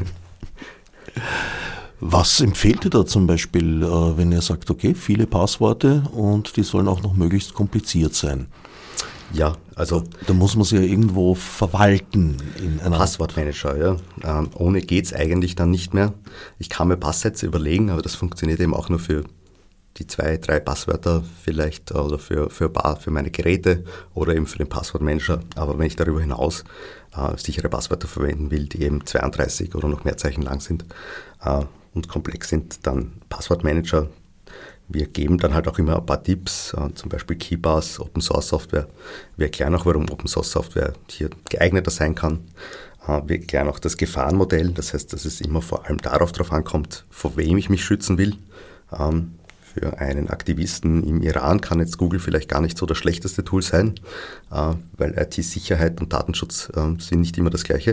Was empfehlt ihr da zum Beispiel, wenn ihr sagt, okay, viele Passworte und die sollen auch noch möglichst kompliziert sein? Ja, also da muss man sie ja irgendwo verwalten in einer Passwortmanager, ja. Ohne geht's eigentlich dann nicht mehr. Ich kann mir Passsätze überlegen, aber das funktioniert eben auch nur für die 2, 3 Passwörter vielleicht oder für meine Geräte oder eben für den Passwortmanager. Aber wenn ich darüber hinaus sichere Passwörter verwenden will, die eben 32 oder noch mehr Zeichen lang sind und komplex sind, dann Passwortmanager. Wir geben dann halt auch immer ein paar Tipps, zum Beispiel KeePass, Open Source Software. Wir erklären auch, warum Open Source Software hier geeigneter sein kann. Wir erklären auch das Gefahrenmodell, das heißt, dass es immer vor allem darauf drauf ankommt, vor wem ich mich schützen will. Für einen Aktivisten im Iran kann jetzt Google vielleicht gar nicht so das schlechteste Tool sein, weil IT-Sicherheit und Datenschutz sind nicht immer das Gleiche.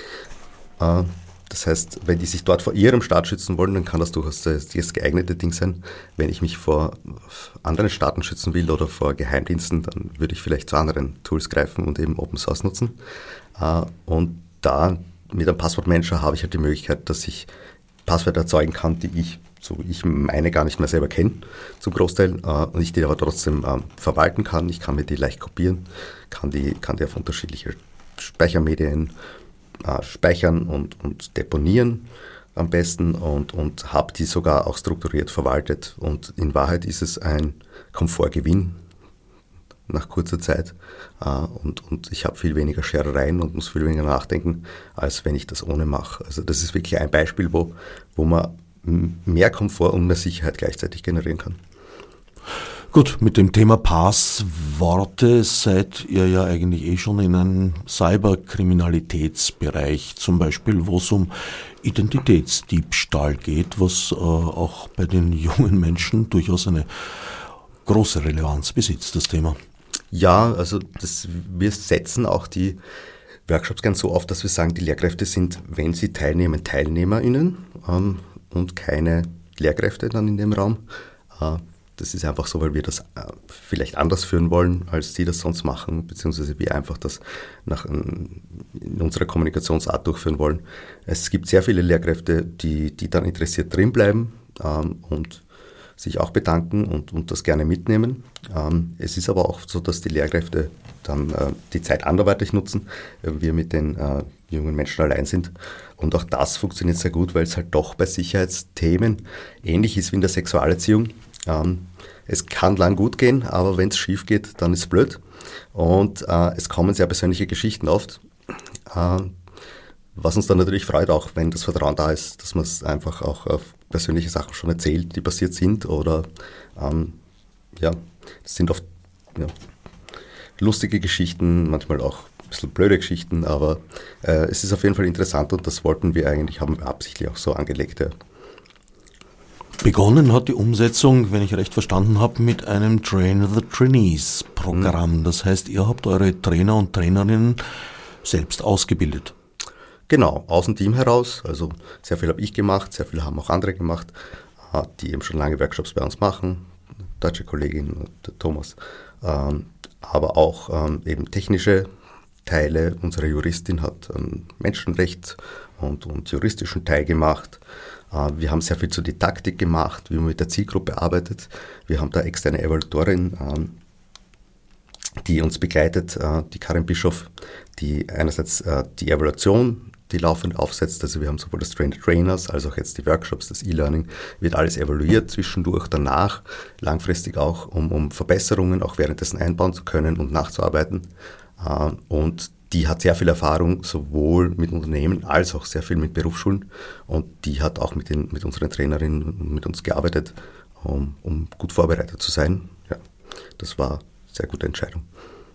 Das heißt, wenn die sich dort vor ihrem Staat schützen wollen, dann kann das durchaus das geeignete Ding sein. Wenn ich mich vor anderen Staaten schützen will oder vor Geheimdiensten, dann würde ich vielleicht zu anderen Tools greifen und eben Open Source nutzen. Und da mit einem Passwortmanager habe ich halt die Möglichkeit, dass ich Passwörter erzeugen kann, die ich meine gar nicht mehr selber kenne, zum Großteil, und ich die aber trotzdem verwalten kann. Ich kann mir die leicht kopieren, kann die auf unterschiedliche Speichermedien speichern und deponieren am besten und habe die sogar auch strukturiert verwaltet. Und in Wahrheit ist es ein Komfortgewinn nach kurzer Zeit und ich habe viel weniger Scherereien und muss viel weniger nachdenken, als wenn ich das ohne mache. Also das ist wirklich ein Beispiel, wo man mehr Komfort und mehr Sicherheit gleichzeitig generieren kann. Gut, mit dem Thema Passworte seid ihr ja eigentlich schon in einem Cyberkriminalitätsbereich, zum Beispiel, wo es um Identitätsdiebstahl geht, was auch bei den jungen Menschen durchaus eine große Relevanz besitzt, das Thema. Ja, also wir setzen auch die Workshops gern so auf, dass wir sagen, die Lehrkräfte sind, wenn sie teilnehmen, TeilnehmerInnen und keine Lehrkräfte dann in dem Raum. Das ist einfach so, weil wir das vielleicht anders führen wollen, als die das sonst machen, beziehungsweise wir einfach das in unserer Kommunikationsart durchführen wollen. Es gibt sehr viele Lehrkräfte, die dann interessiert drin bleiben und sich auch bedanken und das gerne mitnehmen. Es ist aber auch so, dass die Lehrkräfte dann die Zeit anderweitig nutzen, wir mit den jungen Menschen allein sind. Und auch das funktioniert sehr gut, weil es halt doch bei Sicherheitsthemen ähnlich ist wie in der Sexualerziehung. Es kann lang gut gehen, aber wenn es schief geht, dann ist es blöd. Und es kommen sehr persönliche Geschichten oft, was uns dann natürlich freut, auch wenn das Vertrauen da ist, dass man es einfach auch auf persönliche Sachen schon erzählt, die passiert sind. Oder das sind oft lustige Geschichten, manchmal auch ein bisschen blöde Geschichten, aber es ist auf jeden Fall interessant und das haben wir absichtlich auch so angelegt. Ja. Begonnen hat die Umsetzung, wenn ich recht verstanden habe, mit einem Train the Trainees Programm. Das heißt, ihr habt eure Trainer und Trainerinnen selbst ausgebildet. Genau, aus dem Team heraus. Also sehr viel habe ich gemacht, sehr viel haben auch andere gemacht, die eben schon lange Workshops bei uns machen. Deutsche Kollegin, der Thomas. Aber auch eben technische Teile. Unsere Juristin hat Menschenrecht und juristischen Teil gemacht. Wir haben sehr viel zur Didaktik gemacht, wie man mit der Zielgruppe arbeitet. Wir haben da externe Evaluatorin, die uns begleitet, die Karin Bischof, die einerseits die Evaluation, die laufend aufsetzt. Also wir haben sowohl das Train the Trainers als auch jetzt die Workshops, das E-Learning, wird alles evaluiert zwischendurch, danach, langfristig auch, um Verbesserungen auch währenddessen einbauen zu können und nachzuarbeiten. Und die hat sehr viel Erfahrung, sowohl mit Unternehmen als auch sehr viel mit Berufsschulen. Und die hat auch mit unseren Trainerinnen mit uns gearbeitet, um gut vorbereitet zu sein. Ja, das war eine sehr gute Entscheidung.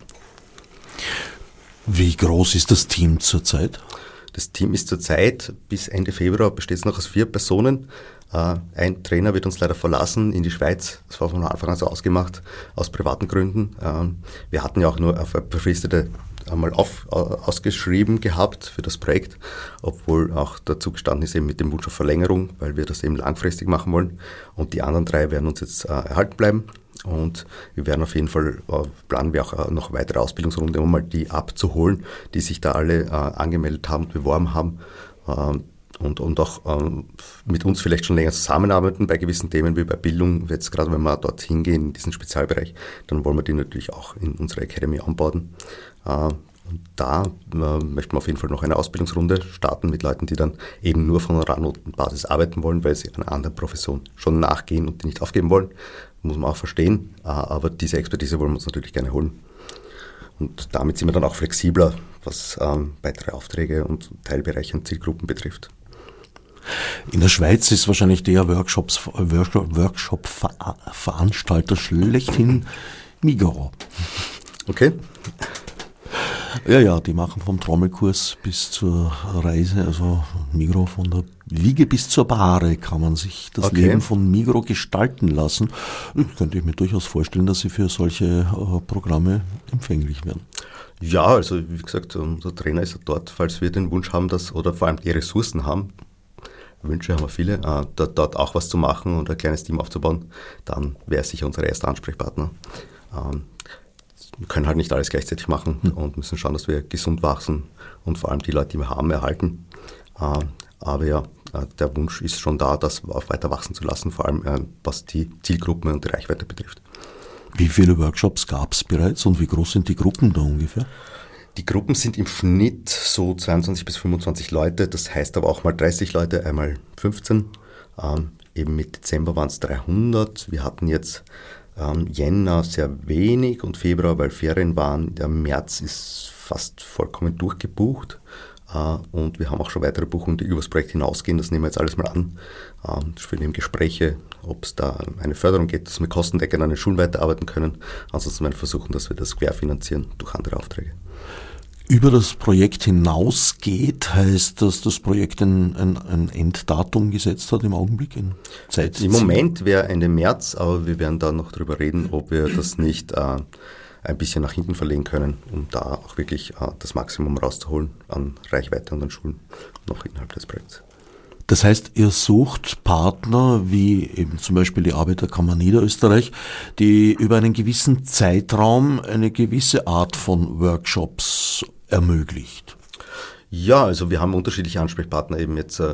Wie groß ist das Team zurzeit? Das Team ist zurzeit bis Ende Februar besteht es noch aus 4 Personen. Ein Trainer wird uns leider verlassen in die Schweiz. Das war von Anfang an so ausgemacht, aus privaten Gründen. Wir hatten ja auch nur auf eine befristete einmal ausgeschrieben gehabt für das Projekt, obwohl auch dazu gestanden ist eben mit dem Wunsch auf Verlängerung, weil wir das eben langfristig machen wollen. Und die anderen 3 werden uns jetzt erhalten bleiben. Und wir werden auf jeden Fall, planen wir auch noch weitere Ausbildungsrunden, um mal die abzuholen, die sich da alle angemeldet haben und beworben haben. Und auch mit uns vielleicht schon länger zusammenarbeiten bei gewissen Themen wie bei Bildung. Jetzt gerade wenn wir dort hingehen, in diesen Spezialbereich, dann wollen wir die natürlich auch in unsere Academy anbauen. Und da möchten wir auf jeden Fall noch eine Ausbildungsrunde starten mit Leuten, die dann eben nur von einer Notenbasis arbeiten wollen, weil sie einer anderen Profession schon nachgehen und die nicht aufgeben wollen. Muss man auch verstehen. Aber diese Expertise wollen wir uns natürlich gerne holen. Und damit sind wir dann auch flexibler, was weitere Aufträge und Teilbereiche und Zielgruppen betrifft. In der Schweiz ist wahrscheinlich der Workshop-Veranstalter schlechthin Migros. Okay. Ja, die machen vom Trommelkurs bis zur Reise, also Migros von der Wiege bis zur Bahre kann man sich das Leben von Migros gestalten lassen. Könnte ich mir durchaus vorstellen, dass sie für solche Programme empfänglich werden. Ja, also wie gesagt, unser Trainer ist dort, falls wir den Wunsch haben, oder vor allem die Ressourcen haben, Wünsche haben wir viele, dort auch was zu machen und ein kleines Team aufzubauen, dann wäre es sicher unser erster Ansprechpartner. Wir können halt nicht alles gleichzeitig machen und müssen schauen, dass wir gesund wachsen und vor allem die Leute, die wir haben, erhalten. Aber ja, der Wunsch ist schon da, das weiter wachsen zu lassen, vor allem was die Zielgruppen und die Reichweite betrifft. Wie viele Workshops gab es bereits und wie groß sind die Gruppen da ungefähr? Die Gruppen sind im Schnitt so 22 bis 25 Leute, das heißt aber auch mal 30 Leute, einmal 15. Eben mit Dezember waren es 300. Wir hatten jetzt Jänner sehr wenig und Februar, weil Ferien waren. Der März ist fast vollkommen durchgebucht und wir haben auch schon weitere Buchungen, die übers Projekt hinausgehen. Das nehmen wir jetzt alles mal an. Wir führen eben Gespräche, ob es da eine Förderung geht, dass wir kostendeckend an den Schulen weiterarbeiten können. Ansonsten werden wir versuchen, dass wir das querfinanzieren durch andere Aufträge. Über das Projekt hinausgeht, heißt, dass das Projekt ein Enddatum gesetzt hat im Augenblick? In Zeit? Im Moment wäre Ende März, aber wir werden da noch drüber reden, ob wir das nicht ein bisschen nach hinten verlegen können, um da auch wirklich das Maximum rauszuholen an Reichweite und an Schulen noch innerhalb des Projekts. Das heißt, ihr sucht Partner wie eben zum Beispiel die Arbeiterkammer Niederösterreich, die über einen gewissen Zeitraum eine gewisse Art von Workshops ermöglicht. Ja, also wir haben unterschiedliche Ansprechpartner eben jetzt.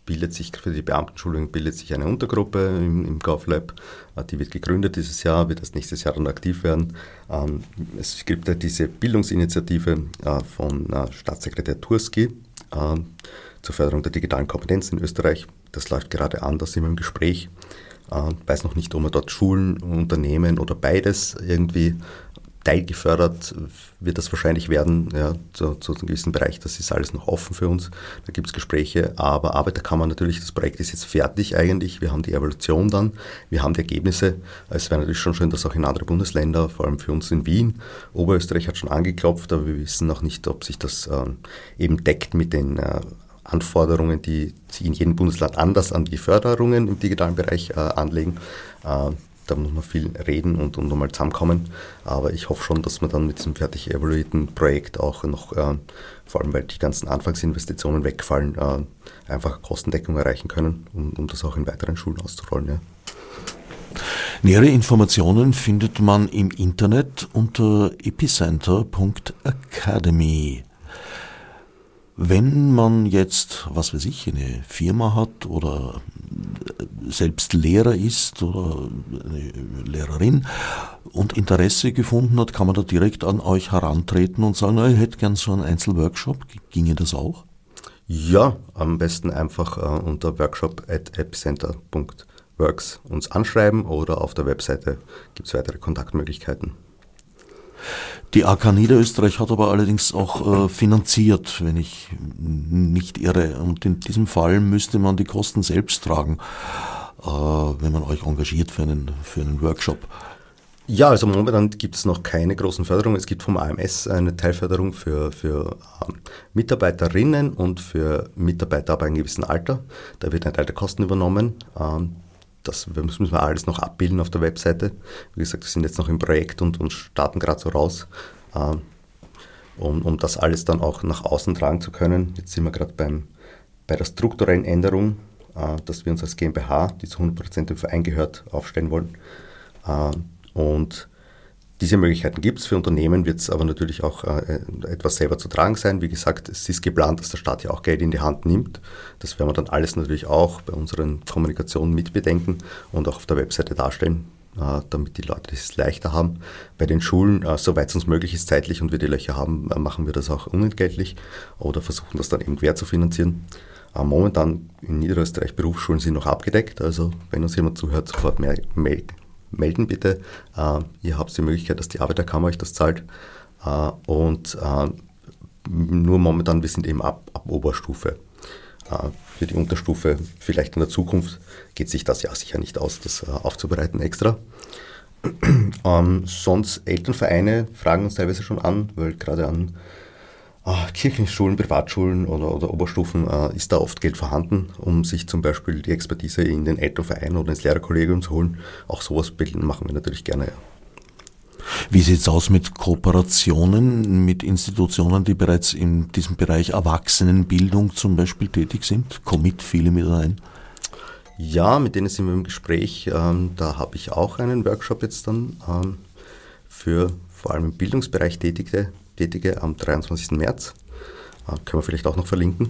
für die Beamtenschulung bildet sich eine Untergruppe im GovLab. Die wird gegründet dieses Jahr, wird das nächstes Jahr dann aktiv werden. Es gibt ja diese Bildungsinitiative von Staatssekretär Turski zur Förderung der digitalen Kompetenz in Österreich. Das läuft gerade an, da sind wir im Gespräch. Weiß noch nicht, ob wir dort Schulen, Unternehmen oder beides irgendwie teilgefördert wird das wahrscheinlich werden, ja, zu einem gewissen Bereich. Das ist alles noch offen für uns. Da gibt es Gespräche, aber Arbeiterkammer natürlich, das Projekt ist jetzt fertig eigentlich. Wir haben die Evaluation dann, wir haben die Ergebnisse. Es wäre natürlich schon schön, dass auch in andere Bundesländer, vor allem für uns in Wien, Oberösterreich hat schon angeklopft, aber wir wissen noch nicht, ob sich das eben deckt mit den Anforderungen, die sie in jedem Bundesland anders an die Förderungen im digitalen Bereich anlegen. Da muss man viel reden und nochmal zusammenkommen. Aber ich hoffe schon, dass wir dann mit diesem fertig evaluierten Projekt auch noch, vor allem weil die ganzen Anfangsinvestitionen wegfallen, einfach Kostendeckung erreichen können, um das auch in weiteren Schulen auszurollen. Ja. Nähere Informationen findet man im Internet unter epicenter.academy. Wenn man jetzt, was weiß ich, eine Firma hat oder selbst Lehrer ist oder eine Lehrerin und Interesse gefunden hat, kann man da direkt an euch herantreten und sagen, ich hätte gern so einen Einzelworkshop. Ginge das auch? Ja, am besten einfach unter workshop@epicenter.works uns anschreiben oder auf der Webseite gibt es weitere Kontaktmöglichkeiten. Die AK Niederösterreich hat aber allerdings auch finanziert, wenn ich nicht irre. Und in diesem Fall müsste man die Kosten selbst tragen, wenn man euch engagiert für einen Workshop. Ja, also momentan gibt es noch keine großen Förderungen. Es gibt vom AMS eine Teilförderung für Mitarbeiterinnen und für Mitarbeiter ab einem gewissen Alter. Da wird ein Teil der Kosten übernommen. Das müssen wir alles noch abbilden auf der Webseite. Wie gesagt, wir sind jetzt noch im Projekt und starten gerade so raus, um das alles dann auch nach außen tragen zu können. Jetzt sind wir gerade bei der strukturellen Änderung, dass wir uns als GmbH, die zu 100% dem Verein gehört, aufstellen wollen. Und diese Möglichkeiten gibt es. Für Unternehmen wird es aber natürlich auch etwas selber zu tragen sein. Wie gesagt, es ist geplant, dass der Staat ja auch Geld in die Hand nimmt. Das werden wir dann alles natürlich auch bei unseren Kommunikationen mitbedenken und auch auf der Webseite darstellen, damit die Leute es leichter haben. Bei den Schulen, soweit es uns möglich ist zeitlich und wir die Löcher haben, machen wir das auch unentgeltlich oder versuchen das dann eben quer zu finanzieren. Momentan in Niederösterreich Berufsschulen sind noch abgedeckt, also wenn uns jemand zuhört, sofort melden bitte. Ihr habt die Möglichkeit, dass die Arbeiterkammer euch das zahlt. Nur momentan, wir sind eben ab Oberstufe. Für die Unterstufe, vielleicht in der Zukunft, geht sich das ja sicher nicht aus, das aufzubereiten extra. Sonst Elternvereine fragen uns teilweise schon an, weil gerade an Kirchenschulen, Privatschulen oder Oberstufen ist da oft Geld vorhanden, um sich zum Beispiel die Expertise in den Elternverein oder ins Lehrerkollegium zu holen. Auch sowas machen wir natürlich gerne. Ja. Wie sieht es aus mit Kooperationen mit Institutionen, die bereits in diesem Bereich Erwachsenenbildung zum Beispiel tätig sind? Commit viele mit ein? Ja, mit denen sind wir im Gespräch. Da habe ich auch einen Workshop jetzt dann für vor allem im Bildungsbereich Tätige am 23. März. Können wir vielleicht auch noch verlinken.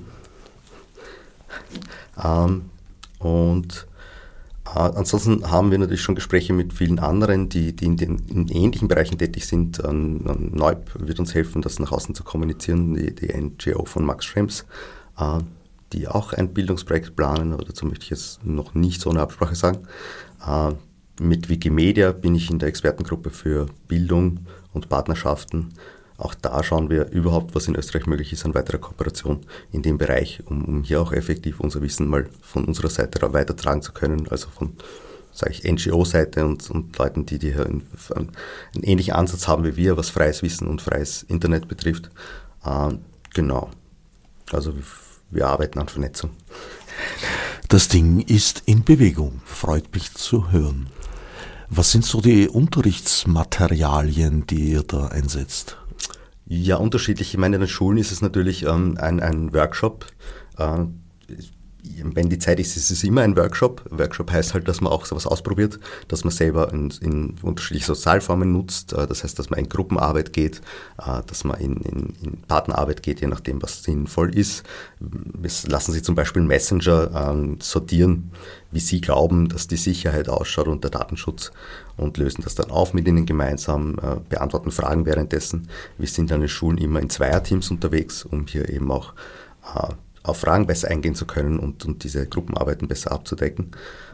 Ansonsten haben wir natürlich schon Gespräche mit vielen anderen, die in ähnlichen Bereichen tätig sind. Neub wird uns helfen, das nach außen zu kommunizieren, die NGO von Max Schrems, die auch ein Bildungsprojekt planen, aber dazu möchte ich jetzt noch nicht so eine Absprache sagen. Mit Wikimedia bin ich in der Expertengruppe für Bildung und Partnerschaften. Auch da schauen wir überhaupt, was in Österreich möglich ist an weiterer Kooperation in dem Bereich, um hier auch effektiv unser Wissen mal von unserer Seite weitertragen zu können, also von, sage ich, NGO-Seite und Leuten, die hier einen ähnlichen Ansatz haben wie wir, was freies Wissen und freies Internet betrifft. Genau. Also wir arbeiten an Vernetzung. Das Ding ist in Bewegung, freut mich zu hören. Was sind so die Unterrichtsmaterialien, die ihr da einsetzt? Ja, unterschiedlich. Ich meine, in den Schulen ist es natürlich ein Workshop. wenn die Zeit ist, ist es immer ein Workshop. Workshop heißt halt, dass man auch sowas ausprobiert, dass man selber in unterschiedliche Sozialformen nutzt. Das heißt, dass man in Gruppenarbeit geht, dass man in Partnerarbeit geht, je nachdem, was sinnvoll ist. Es lassen sich zum Beispiel Messenger sortieren, wie sie glauben, dass die Sicherheit ausschaut und der Datenschutz, und lösen das dann auf mit ihnen gemeinsam, beantworten Fragen währenddessen. Wir sind an den Schulen immer in Zweierteams unterwegs, um hier eben auch auf Fragen besser eingehen zu können und diese Gruppenarbeiten besser abzudecken.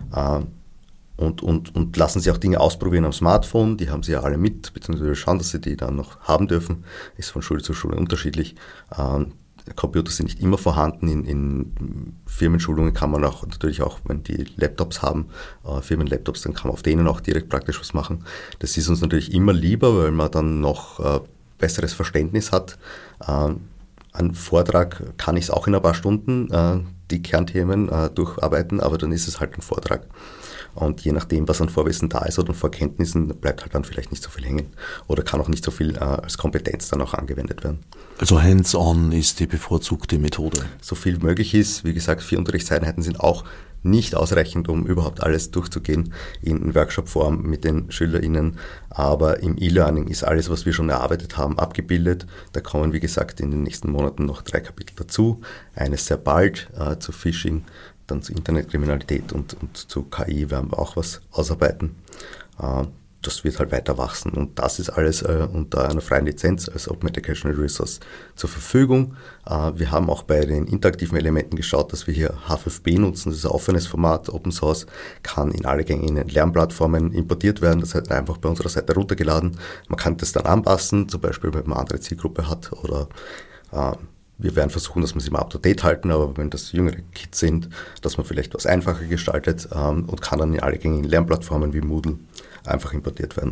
Und lassen sie auch Dinge ausprobieren am Smartphone, die haben sie ja alle mit, beziehungsweise schauen, dass sie die dann noch haben dürfen. Ist von Schule zu Schule unterschiedlich. Computer sind nicht immer vorhanden. In Firmenschulungen kann man auch natürlich auch, wenn die Laptops haben, Firmenlaptops, dann kann man auf denen auch direkt praktisch was machen. Das ist uns natürlich immer lieber, weil man dann noch besseres Verständnis hat. Ein Vortrag kann ich es auch in ein paar Stunden, die Kernthemen durcharbeiten, aber dann ist es halt ein Vortrag. Und je nachdem, was an Vorwissen da ist oder an Vorkenntnissen, bleibt halt dann vielleicht nicht so viel hängen oder kann auch nicht so viel als Kompetenz dann auch angewendet werden. Also hands-on ist die bevorzugte Methode. So viel möglich ist. Wie gesagt, 4 Unterrichtseinheiten sind auch nicht ausreichend, um überhaupt alles durchzugehen in Workshop-Form mit den SchülerInnen. Aber im E-Learning ist alles, was wir schon erarbeitet haben, abgebildet. Da kommen, wie gesagt, in den nächsten Monaten noch 3 Kapitel dazu. Eines sehr bald zu Phishing, dann zu Internetkriminalität und zu KI werden wir auch was ausarbeiten. Das wird halt weiter wachsen und das ist alles unter einer freien Lizenz als Open Educational Resource zur Verfügung. Wir haben auch bei den interaktiven Elementen geschaut, dass wir hier H5P nutzen. Das ist ein offenes Format, Open Source, kann in alle gängigen Lernplattformen importiert werden. Das heißt einfach bei unserer Seite runtergeladen. Man kann das dann anpassen, zum Beispiel wenn man eine andere Zielgruppe hat oder wir werden versuchen, dass wir es immer up-to-date halten, aber wenn das jüngere Kids sind, dass man vielleicht was einfacher gestaltet und kann dann in alle gängigen Lernplattformen wie Moodle einfach importiert werden.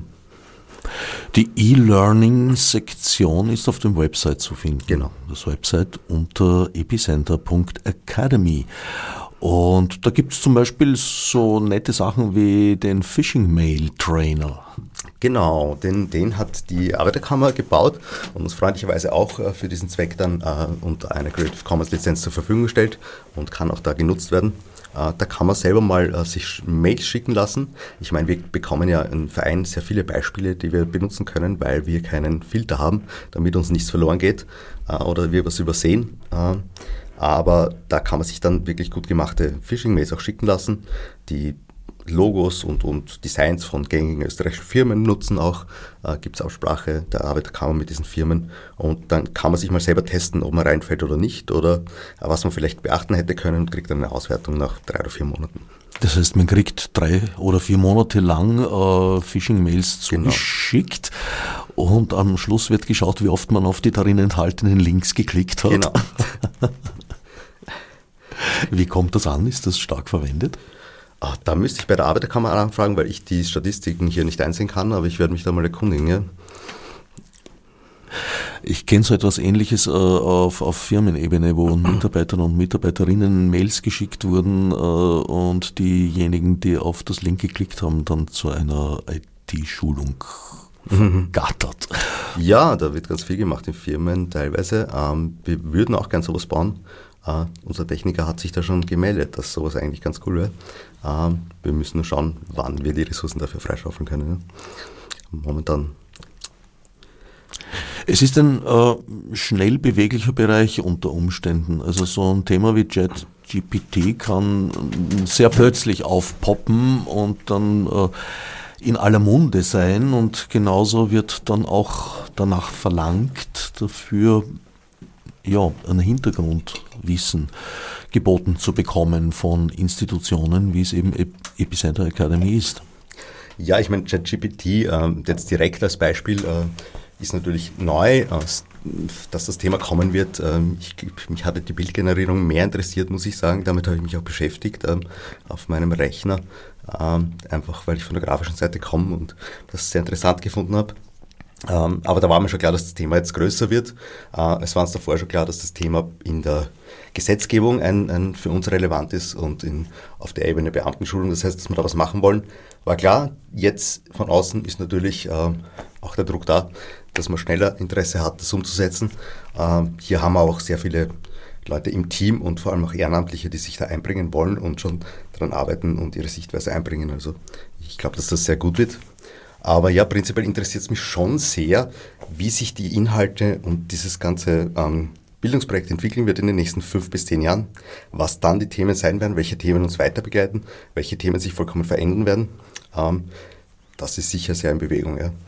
Die E-Learning-Sektion ist auf dem Website zu finden. Genau. Das Website unter epicenter.academy. Und da gibt es zum Beispiel so nette Sachen wie den Phishing-Mail-Trainer. Genau, den hat die Arbeiterkammer gebaut und uns freundlicherweise auch für diesen Zweck dann unter einer Creative Commons Lizenz zur Verfügung gestellt und kann auch da genutzt werden. Da kann man selber mal sich Mails schicken lassen. Ich meine, wir bekommen ja im Verein sehr viele Beispiele, die wir benutzen können, weil wir keinen Filter haben, damit uns nichts verloren geht oder wir was übersehen. Aber da kann man sich dann wirklich gut gemachte Phishing-Mails auch schicken lassen, die Logos und Designs von gängigen österreichischen Firmen nutzen auch. Gibt es Aussprache der Arbeiterkammer mit diesen Firmen und dann kann man sich mal selber testen, ob man reinfällt oder nicht oder was man vielleicht beachten hätte können und kriegt dann eine Auswertung nach 3 oder 4 Monaten. Das heißt, man kriegt 3 oder 4 Monate lang Phishing-Mails zugeschickt und am Schluss wird geschaut, wie oft man auf die darin enthaltenen Links geklickt hat. Genau. Wie kommt das an? Ist das stark verwendet? Da müsste ich bei der Arbeiterkammer anfragen, weil ich die Statistiken hier nicht einsehen kann, aber ich werde mich da mal erkundigen. Ja. Ich kenne so etwas Ähnliches auf Firmenebene, wo Mitarbeitern und Mitarbeiterinnen Mails geschickt wurden und diejenigen, die auf das Link geklickt haben, dann zu einer IT-Schulung vergattert. Ja, da wird ganz viel gemacht in Firmen teilweise. Wir würden auch gern sowas bauen. Unser Techniker hat sich da schon gemeldet, dass sowas eigentlich ganz cool wäre. Wir müssen nur schauen, wann wir die Ressourcen dafür freischaufeln können. Ja. Momentan. Es ist ein schnell beweglicher Bereich unter Umständen. Also so ein Thema wie ChatGPT kann sehr plötzlich aufpoppen und dann in aller Munde sein und genauso wird dann auch danach verlangt, dafür ein Hintergrundwissen geboten zu bekommen von Institutionen, wie es eben Epicenter Academy ist. Ja, ich meine, ChatGPT jetzt direkt als Beispiel ist natürlich neu, dass das Thema kommen wird. Mich hatte die Bildgenerierung mehr interessiert, muss ich sagen. Damit habe ich mich auch beschäftigt auf meinem Rechner, einfach weil ich von der grafischen Seite komme und das sehr interessant gefunden habe. Aber da war mir schon klar, dass das Thema jetzt größer wird. Es war uns davor schon klar, dass das Thema in der Gesetzgebung ein für uns relevant ist und auf der Ebene Beamtenschulung, das heißt, dass wir da was machen wollen. War klar, jetzt von außen ist natürlich auch der Druck da, dass man schneller Interesse hat, das umzusetzen. Hier haben wir auch sehr viele Leute im Team und vor allem auch Ehrenamtliche, die sich da einbringen wollen und schon daran arbeiten und ihre Sichtweise einbringen. Also ich glaube, dass das sehr gut wird. Aber ja, prinzipiell interessiert es mich schon sehr, wie sich die Inhalte und dieses ganze Bildungsprojekt entwickeln wird in den nächsten 5 bis 10 Jahren, was dann die Themen sein werden, welche Themen uns weiter begleiten, welche Themen sich vollkommen verändern werden. Das ist sicher sehr in Bewegung, ja.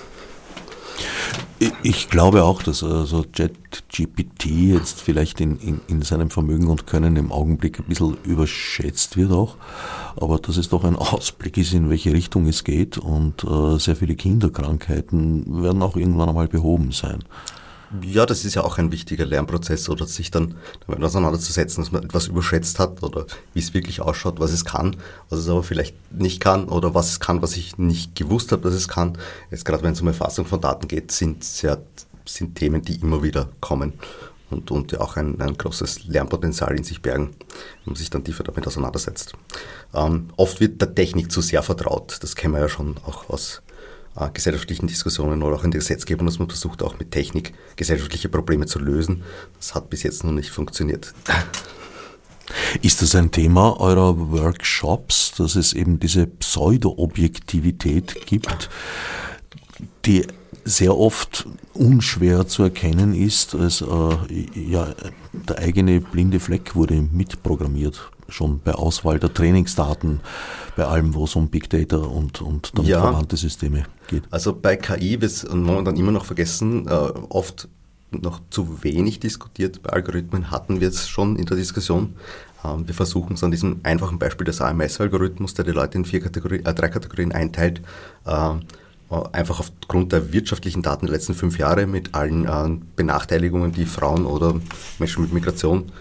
Ich glaube auch, dass also ChatGPT jetzt vielleicht in seinem Vermögen und Können im Augenblick ein bisschen überschätzt wird auch, aber dass es doch ein Ausblick ist, in welche Richtung es geht, und sehr viele Kinderkrankheiten werden auch irgendwann einmal behoben sein. Ja, das ist ja auch ein wichtiger Lernprozess, oder sich dann damit auseinanderzusetzen, dass man etwas überschätzt hat oder wie es wirklich ausschaut, was es kann, was es aber vielleicht nicht kann, oder was es kann, was ich nicht gewusst habe, dass es kann. Jetzt gerade wenn es um Erfassung von Daten geht, sind Themen, die immer wieder kommen und ja auch ein großes Lernpotenzial in sich bergen, wenn man sich dann tiefer damit auseinandersetzt. Oft wird der Technik zu sehr vertraut, das kennen wir ja schon auch aus gesellschaftlichen Diskussionen oder auch in der Gesetzgebung, dass man versucht, auch mit Technik gesellschaftliche Probleme zu lösen. Das hat bis jetzt noch nicht funktioniert. Ist das ein Thema eurer Workshops, dass es eben diese Pseudo-Objektivität gibt, die sehr oft unschwer zu erkennen ist, als der eigene blinde Fleck wurde mitprogrammiert, schon bei Auswahl der Trainingsdaten, bei allem, wo es um Big Data und damit verwandte Systeme geht? Also bei KI wird es momentan immer noch vergessen, oft noch zu wenig diskutiert. Bei Algorithmen hatten wir es schon in der Diskussion. Wir versuchen es an diesem einfachen Beispiel des AMS-Algorithmus, der die Leute in 3 Kategorien einteilt, einfach aufgrund der wirtschaftlichen Daten der letzten 5 Jahre mit allen Benachteiligungen, die Frauen oder Menschen mit Migration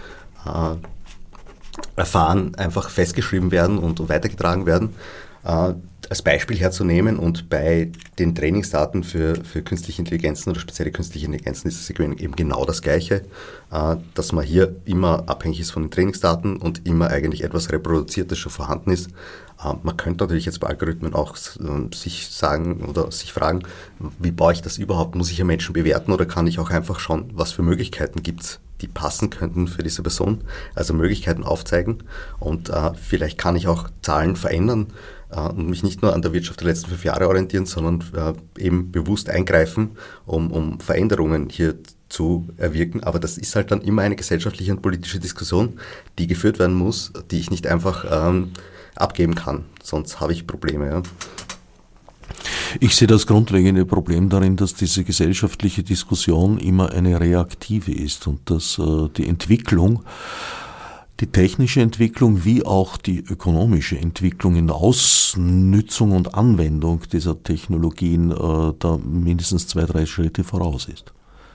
erfahren, einfach festgeschrieben werden und weitergetragen werden, als Beispiel herzunehmen. Und bei den Trainingsdaten für künstliche Intelligenzen oder spezielle künstliche Intelligenzen ist es eben genau das Gleiche, dass man hier immer abhängig ist von den Trainingsdaten und immer eigentlich etwas reproduziert, das schon vorhanden ist. Man könnte natürlich jetzt bei Algorithmen auch sich sagen oder sich fragen, wie baue ich das überhaupt? Muss ich ja Menschen bewerten oder kann ich auch einfach schauen, was für Möglichkeiten gibt es, die passen könnten für diese Person? Also Möglichkeiten aufzeigen, und vielleicht kann ich auch Zahlen verändern und mich nicht nur an der Wirtschaft der letzten 5 Jahre orientieren, sondern eben bewusst eingreifen, um Veränderungen hier zu erwirken. Aber das ist halt dann immer eine gesellschaftliche und politische Diskussion, die geführt werden muss, die ich nicht einfach abgeben kann, sonst habe ich Probleme. Ja. Ich sehe das grundlegende Problem darin, dass diese gesellschaftliche Diskussion immer eine reaktive ist und dass die Entwicklung, die technische Entwicklung wie auch die ökonomische Entwicklung in der Ausnützung und Anwendung dieser Technologien da mindestens 2, 3 Schritte voraus ist.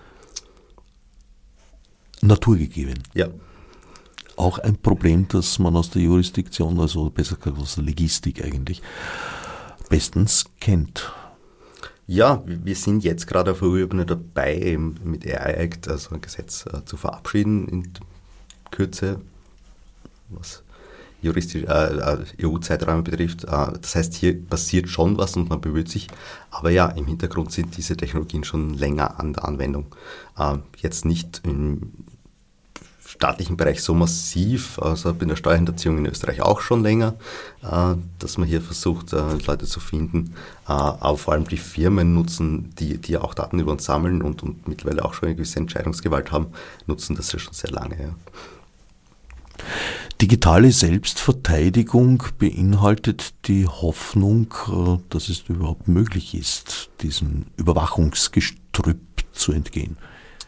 Naturgegeben. Ja. Auch ein Problem, das man aus der Jurisdiktion, also besser gesagt aus der Legistik eigentlich, bestens kennt. Ja, wir sind jetzt gerade auf EU-Ebene dabei, eben mit AI Act, also ein Gesetz zu verabschieden in Kürze, was juristisch EU-Zeiträume betrifft. Das heißt, hier passiert schon was und man bemüht sich. Aber ja, im Hintergrund sind diese Technologien schon länger an der Anwendung. Jetzt nicht im staatlichen Bereich so massiv, also in der Steuerhinterziehung in Österreich auch schon länger, dass man hier versucht, Leute zu finden, aber vor allem die Firmen nutzen, die ja auch Daten über uns sammeln und mittlerweile auch schon eine gewisse Entscheidungsgewalt haben, nutzen das ja schon sehr lange. Ja. Digitale Selbstverteidigung beinhaltet die Hoffnung, dass es überhaupt möglich ist, diesem Überwachungsgestrüpp zu entgehen.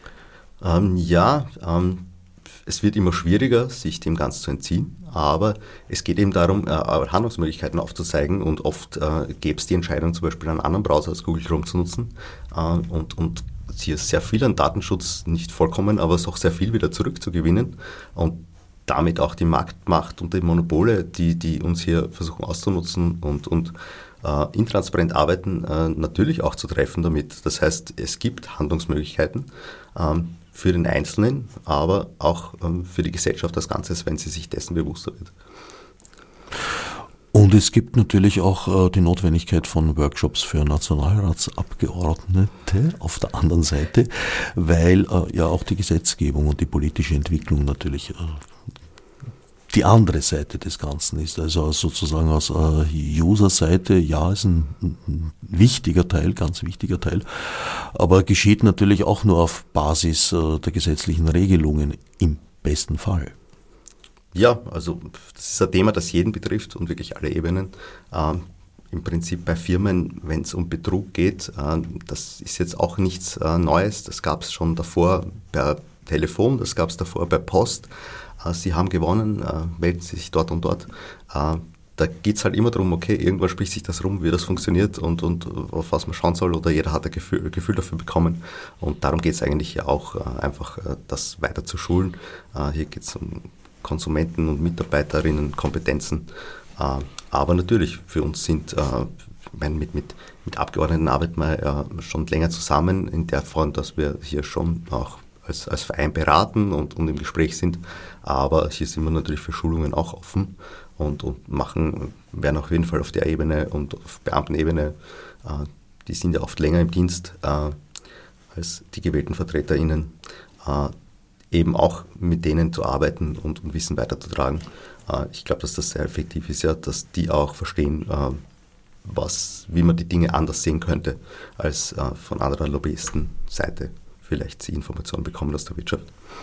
Es wird immer schwieriger, sich dem Ganzen zu entziehen, aber es geht eben darum, Handlungsmöglichkeiten aufzuzeigen, und oft gäbe es die Entscheidung, zum Beispiel einen anderen Browser als Google Chrome zu nutzen, und hier sehr viel an Datenschutz, nicht vollkommen, aber es auch sehr viel wieder zurückzugewinnen und damit auch die Marktmacht und die Monopole, die uns hier versuchen auszunutzen und intransparent arbeiten, natürlich auch zu treffen damit. Das heißt, es gibt Handlungsmöglichkeiten, für den Einzelnen, aber auch für die Gesellschaft als Ganzes, wenn sie sich dessen bewusster wird. Und Und es gibt natürlich auch die Notwendigkeit von Workshops für Nationalratsabgeordnete auf der anderen Seite, weil ja auch die Gesetzgebung und die politische Entwicklung natürlich die andere Seite des Ganzen ist. Also sozusagen aus User-Seite, ja, ist ein wichtiger Teil, ganz wichtiger Teil, aber geschieht natürlich auch nur auf Basis der gesetzlichen Regelungen im besten Fall. Ja, also das ist ein Thema, das jeden betrifft und wirklich alle Ebenen. Im Prinzip bei Firmen, wenn es um Betrug geht, das ist jetzt auch nichts Neues. Das gab es schon davor per Telefon, das gab es davor per Post. Sie haben gewonnen, melden Sie sich dort und dort. Da geht es halt immer darum, okay, irgendwann spricht sich das rum, wie das funktioniert und auf was man schauen soll, oder jeder hat ein Gefühl dafür bekommen. Und darum geht es eigentlich ja auch, einfach das weiter zu schulen. Hier geht es um Konsumenten und Mitarbeiterinnen, Kompetenzen. Aber natürlich, für uns sind, mit Abgeordneten arbeiten wir schon länger zusammen, in der Form, dass wir hier schon auch als Verein beraten und im Gespräch sind. Aber hier sind wir natürlich für Schulungen auch offen und werden auf jeden Fall auf der Ebene und auf Beamtenebene, die sind ja oft länger im Dienst als die gewählten VertreterInnen, eben auch mit denen zu arbeiten und Wissen weiterzutragen. Ich glaube, dass das sehr effektiv ist, ja, dass die auch verstehen, wie man die Dinge anders sehen könnte, als von anderer Lobbyistenseite vielleicht sie Informationen bekommen aus der Wirtschaft.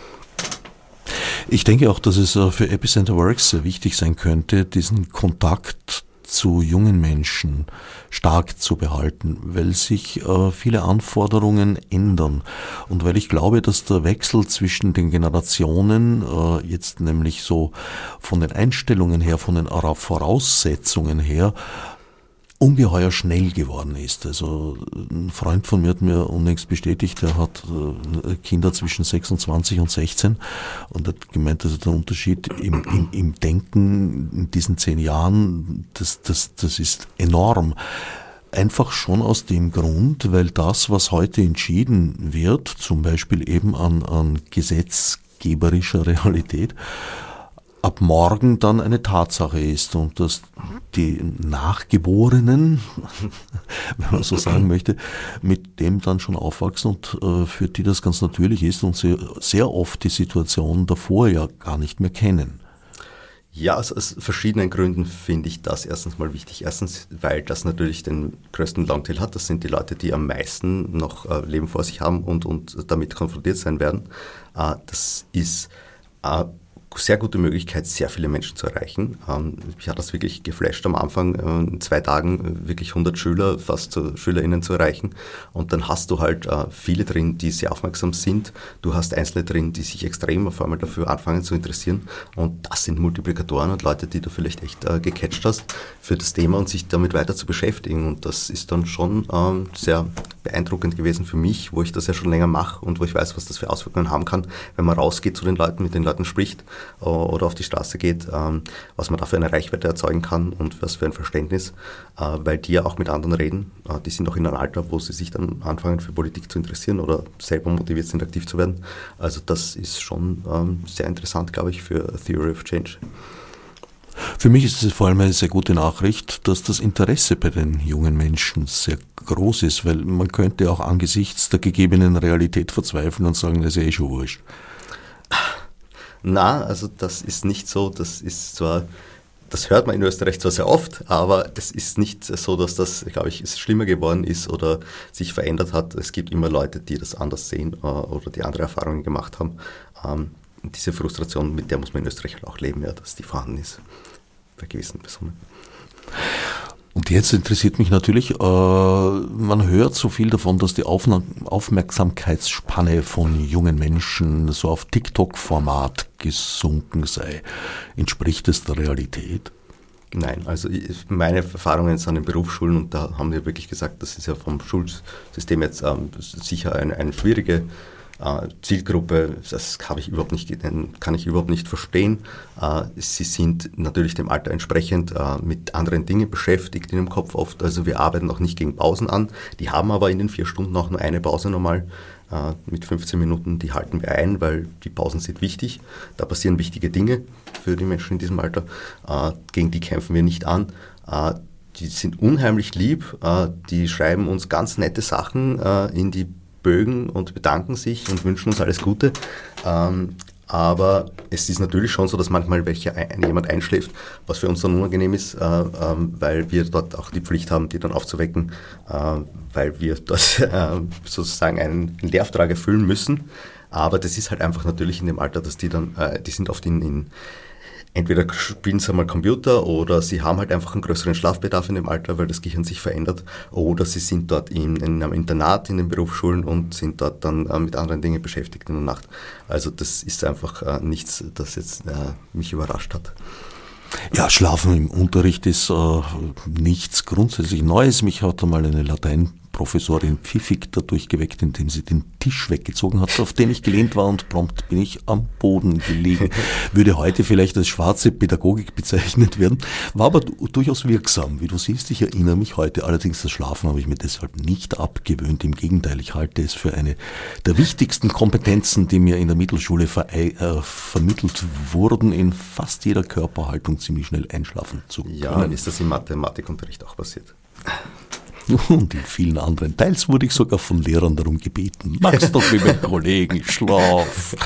Ich denke auch, dass es für Epicenter Works sehr wichtig sein könnte, diesen Kontakt zu jungen Menschen stark zu behalten, weil sich viele Anforderungen ändern und weil ich glaube, dass der Wechsel zwischen den Generationen jetzt nämlich so von den Einstellungen her, von den Voraussetzungen her ungeheuer schnell geworden ist. Also ein Freund von mir hat mir unlängst bestätigt, er hat Kinder zwischen 26 und 16 und hat gemeint, also der Unterschied im Denken in diesen 10 Jahren, das ist enorm. Einfach schon aus dem Grund, weil das, was heute entschieden wird, zum Beispiel eben an gesetzgeberischer Realität, ab morgen dann eine Tatsache ist und dass die Nachgeborenen, wenn man so sagen möchte, mit dem dann schon aufwachsen und für die das ganz natürlich ist und sie sehr oft die Situation davor ja gar nicht mehr kennen. Ja, aus verschiedenen Gründen finde ich das erstens mal wichtig. Erstens, weil das natürlich den größten Longtail hat. Das sind die Leute, die am meisten noch Leben vor sich haben und damit konfrontiert sein werden. Das ist sehr gute Möglichkeit, sehr viele Menschen zu erreichen. Mich hat das wirklich geflasht am Anfang, in 2 Tagen wirklich 100 Schüler, fast SchülerInnen zu erreichen. Und dann hast du halt viele drin, die sehr aufmerksam sind. Du hast Einzelne drin, die sich extrem auf einmal dafür anfangen zu interessieren. Und das sind Multiplikatoren und Leute, die du vielleicht echt gecatcht hast für das Thema und sich damit weiter zu beschäftigen. Und das ist dann schon sehr beeindruckend gewesen für mich, wo ich das ja schon länger mache und wo ich weiß, was das für Auswirkungen haben kann, wenn man rausgeht zu den Leuten, mit den Leuten spricht oder auf die Straße geht, was man da für eine Reichweite erzeugen kann und was für ein Verständnis, weil die ja auch mit anderen reden. Die sind auch in einem Alter, wo sie sich dann anfangen für Politik zu interessieren oder selber motiviert sind, aktiv zu werden. Also das ist schon sehr interessant, glaube ich, für Theory of Change. Für mich ist es vor allem eine sehr gute Nachricht, dass das Interesse bei den jungen Menschen sehr groß ist, weil man könnte auch angesichts der gegebenen Realität verzweifeln und sagen, das ist eh schon wurscht. Na, also das ist nicht so, das ist zwar, das hört man in Österreich zwar sehr oft, aber es ist nicht so, dass das, glaube ich, schlimmer geworden ist oder sich verändert hat. Es gibt immer Leute, die das anders sehen oder die andere Erfahrungen gemacht haben. Diese Frustration, mit der muss man in Österreich halt auch leben, ja, dass die vorhanden ist bei gewissen Personen. Und jetzt interessiert mich natürlich, man hört so viel davon, dass die Aufmerksamkeitsspanne von jungen Menschen so auf TikTok-Format gesunken sei. Entspricht es der Realität? Nein, also meine Erfahrungen sind in Berufsschulen und da haben wir wirklich gesagt, das ist ja vom Schulsystem jetzt sicher eine schwierige Zielgruppe, das kann ich überhaupt nicht verstehen. Sie sind natürlich dem Alter entsprechend mit anderen Dingen beschäftigt in dem Kopf oft. Also wir arbeiten auch nicht gegen Pausen an. Die haben aber in den 4 Stunden auch nur eine Pause normal. mit 15 Minuten, die halten wir ein, weil die Pausen sind wichtig. Da passieren wichtige Dinge für die Menschen in diesem Alter. Gegen die kämpfen wir nicht an. Die sind unheimlich lieb. Die schreiben uns ganz nette Sachen in die Bögen und bedanken sich und wünschen uns alles Gute. Aber es ist natürlich schon so, dass manchmal jemand einschläft, was für uns dann unangenehm ist, weil wir dort auch die Pflicht haben, die dann aufzuwecken, weil wir dort sozusagen einen Lehrauftrag erfüllen müssen. Aber das ist halt einfach natürlich in dem Alter, dass die sind oft entweder spielen sie einmal Computer oder sie haben halt einfach einen größeren Schlafbedarf in dem Alter, weil das Gehirn sich verändert, oder sie sind dort in einem Internat, in den Berufsschulen und sind dort dann mit anderen Dingen beschäftigt in der Nacht. Also das ist einfach nichts, das jetzt mich überrascht hat. Ja, Schlafen im Unterricht ist nichts grundsätzlich Neues. Mich hat einmal eine Lateinprofessorin pfiffig dadurch geweckt, indem sie den Tisch weggezogen hat, auf den ich gelehnt war, und prompt bin ich am Boden gelegen. Würde heute vielleicht als schwarze Pädagogik bezeichnet werden, war aber durchaus wirksam. Wie du siehst, ich erinnere mich heute. Allerdings das Schlafen habe ich mir deshalb nicht abgewöhnt. Im Gegenteil, ich halte es für eine der wichtigsten Kompetenzen, die mir in der Mittelschule vermittelt wurden, in fast jeder Körperhaltung ziemlich schnell einschlafen zu können. Ja, ist das im Mathematikunterricht auch passiert? Und in vielen anderen. Teils wurde ich sogar von Lehrern darum gebeten. Mach's doch wie mein Kollegen, schlaf.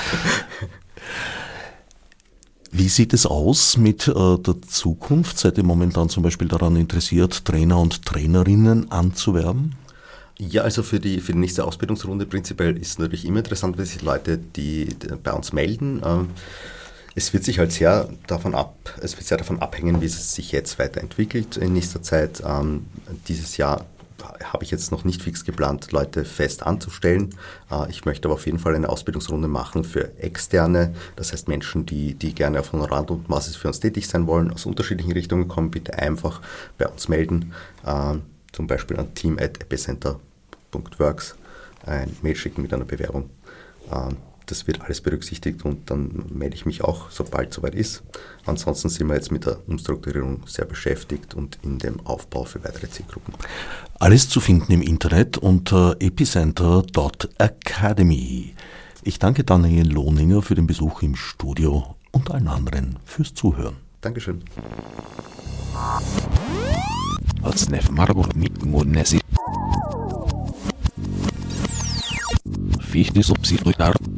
Wie sieht es aus mit der Zukunft? Seid ihr momentan zum Beispiel daran interessiert, Trainer und Trainerinnen anzuwerben? Ja, also für die nächste Ausbildungsrunde prinzipiell ist es natürlich immer interessant, wenn sich Leute, die bei uns melden. Es wird sich halt sehr davon abhängen, wie es sich jetzt weiterentwickelt in nächster Zeit. Dieses Jahr habe ich jetzt noch nicht fix geplant, Leute fest anzustellen. Ich möchte aber auf jeden Fall eine Ausbildungsrunde machen für Externe, das heißt Menschen, die gerne auf Honorarbasis für uns tätig sein wollen, aus unterschiedlichen Richtungen kommen, bitte einfach bei uns melden, zum Beispiel an team@epicenter.works, ein Mail schicken mit einer Bewerbung. Das wird alles berücksichtigt und dann melde ich mich auch, sobald es soweit ist. Ansonsten sind wir jetzt mit der Umstrukturierung sehr beschäftigt und in dem Aufbau für weitere Zielgruppen. Alles zu finden im Internet unter epicenter.academy. Ich danke Daniel Lohninger für den Besuch im Studio und allen anderen fürs Zuhören. Dankeschön. Fichte subsidiar.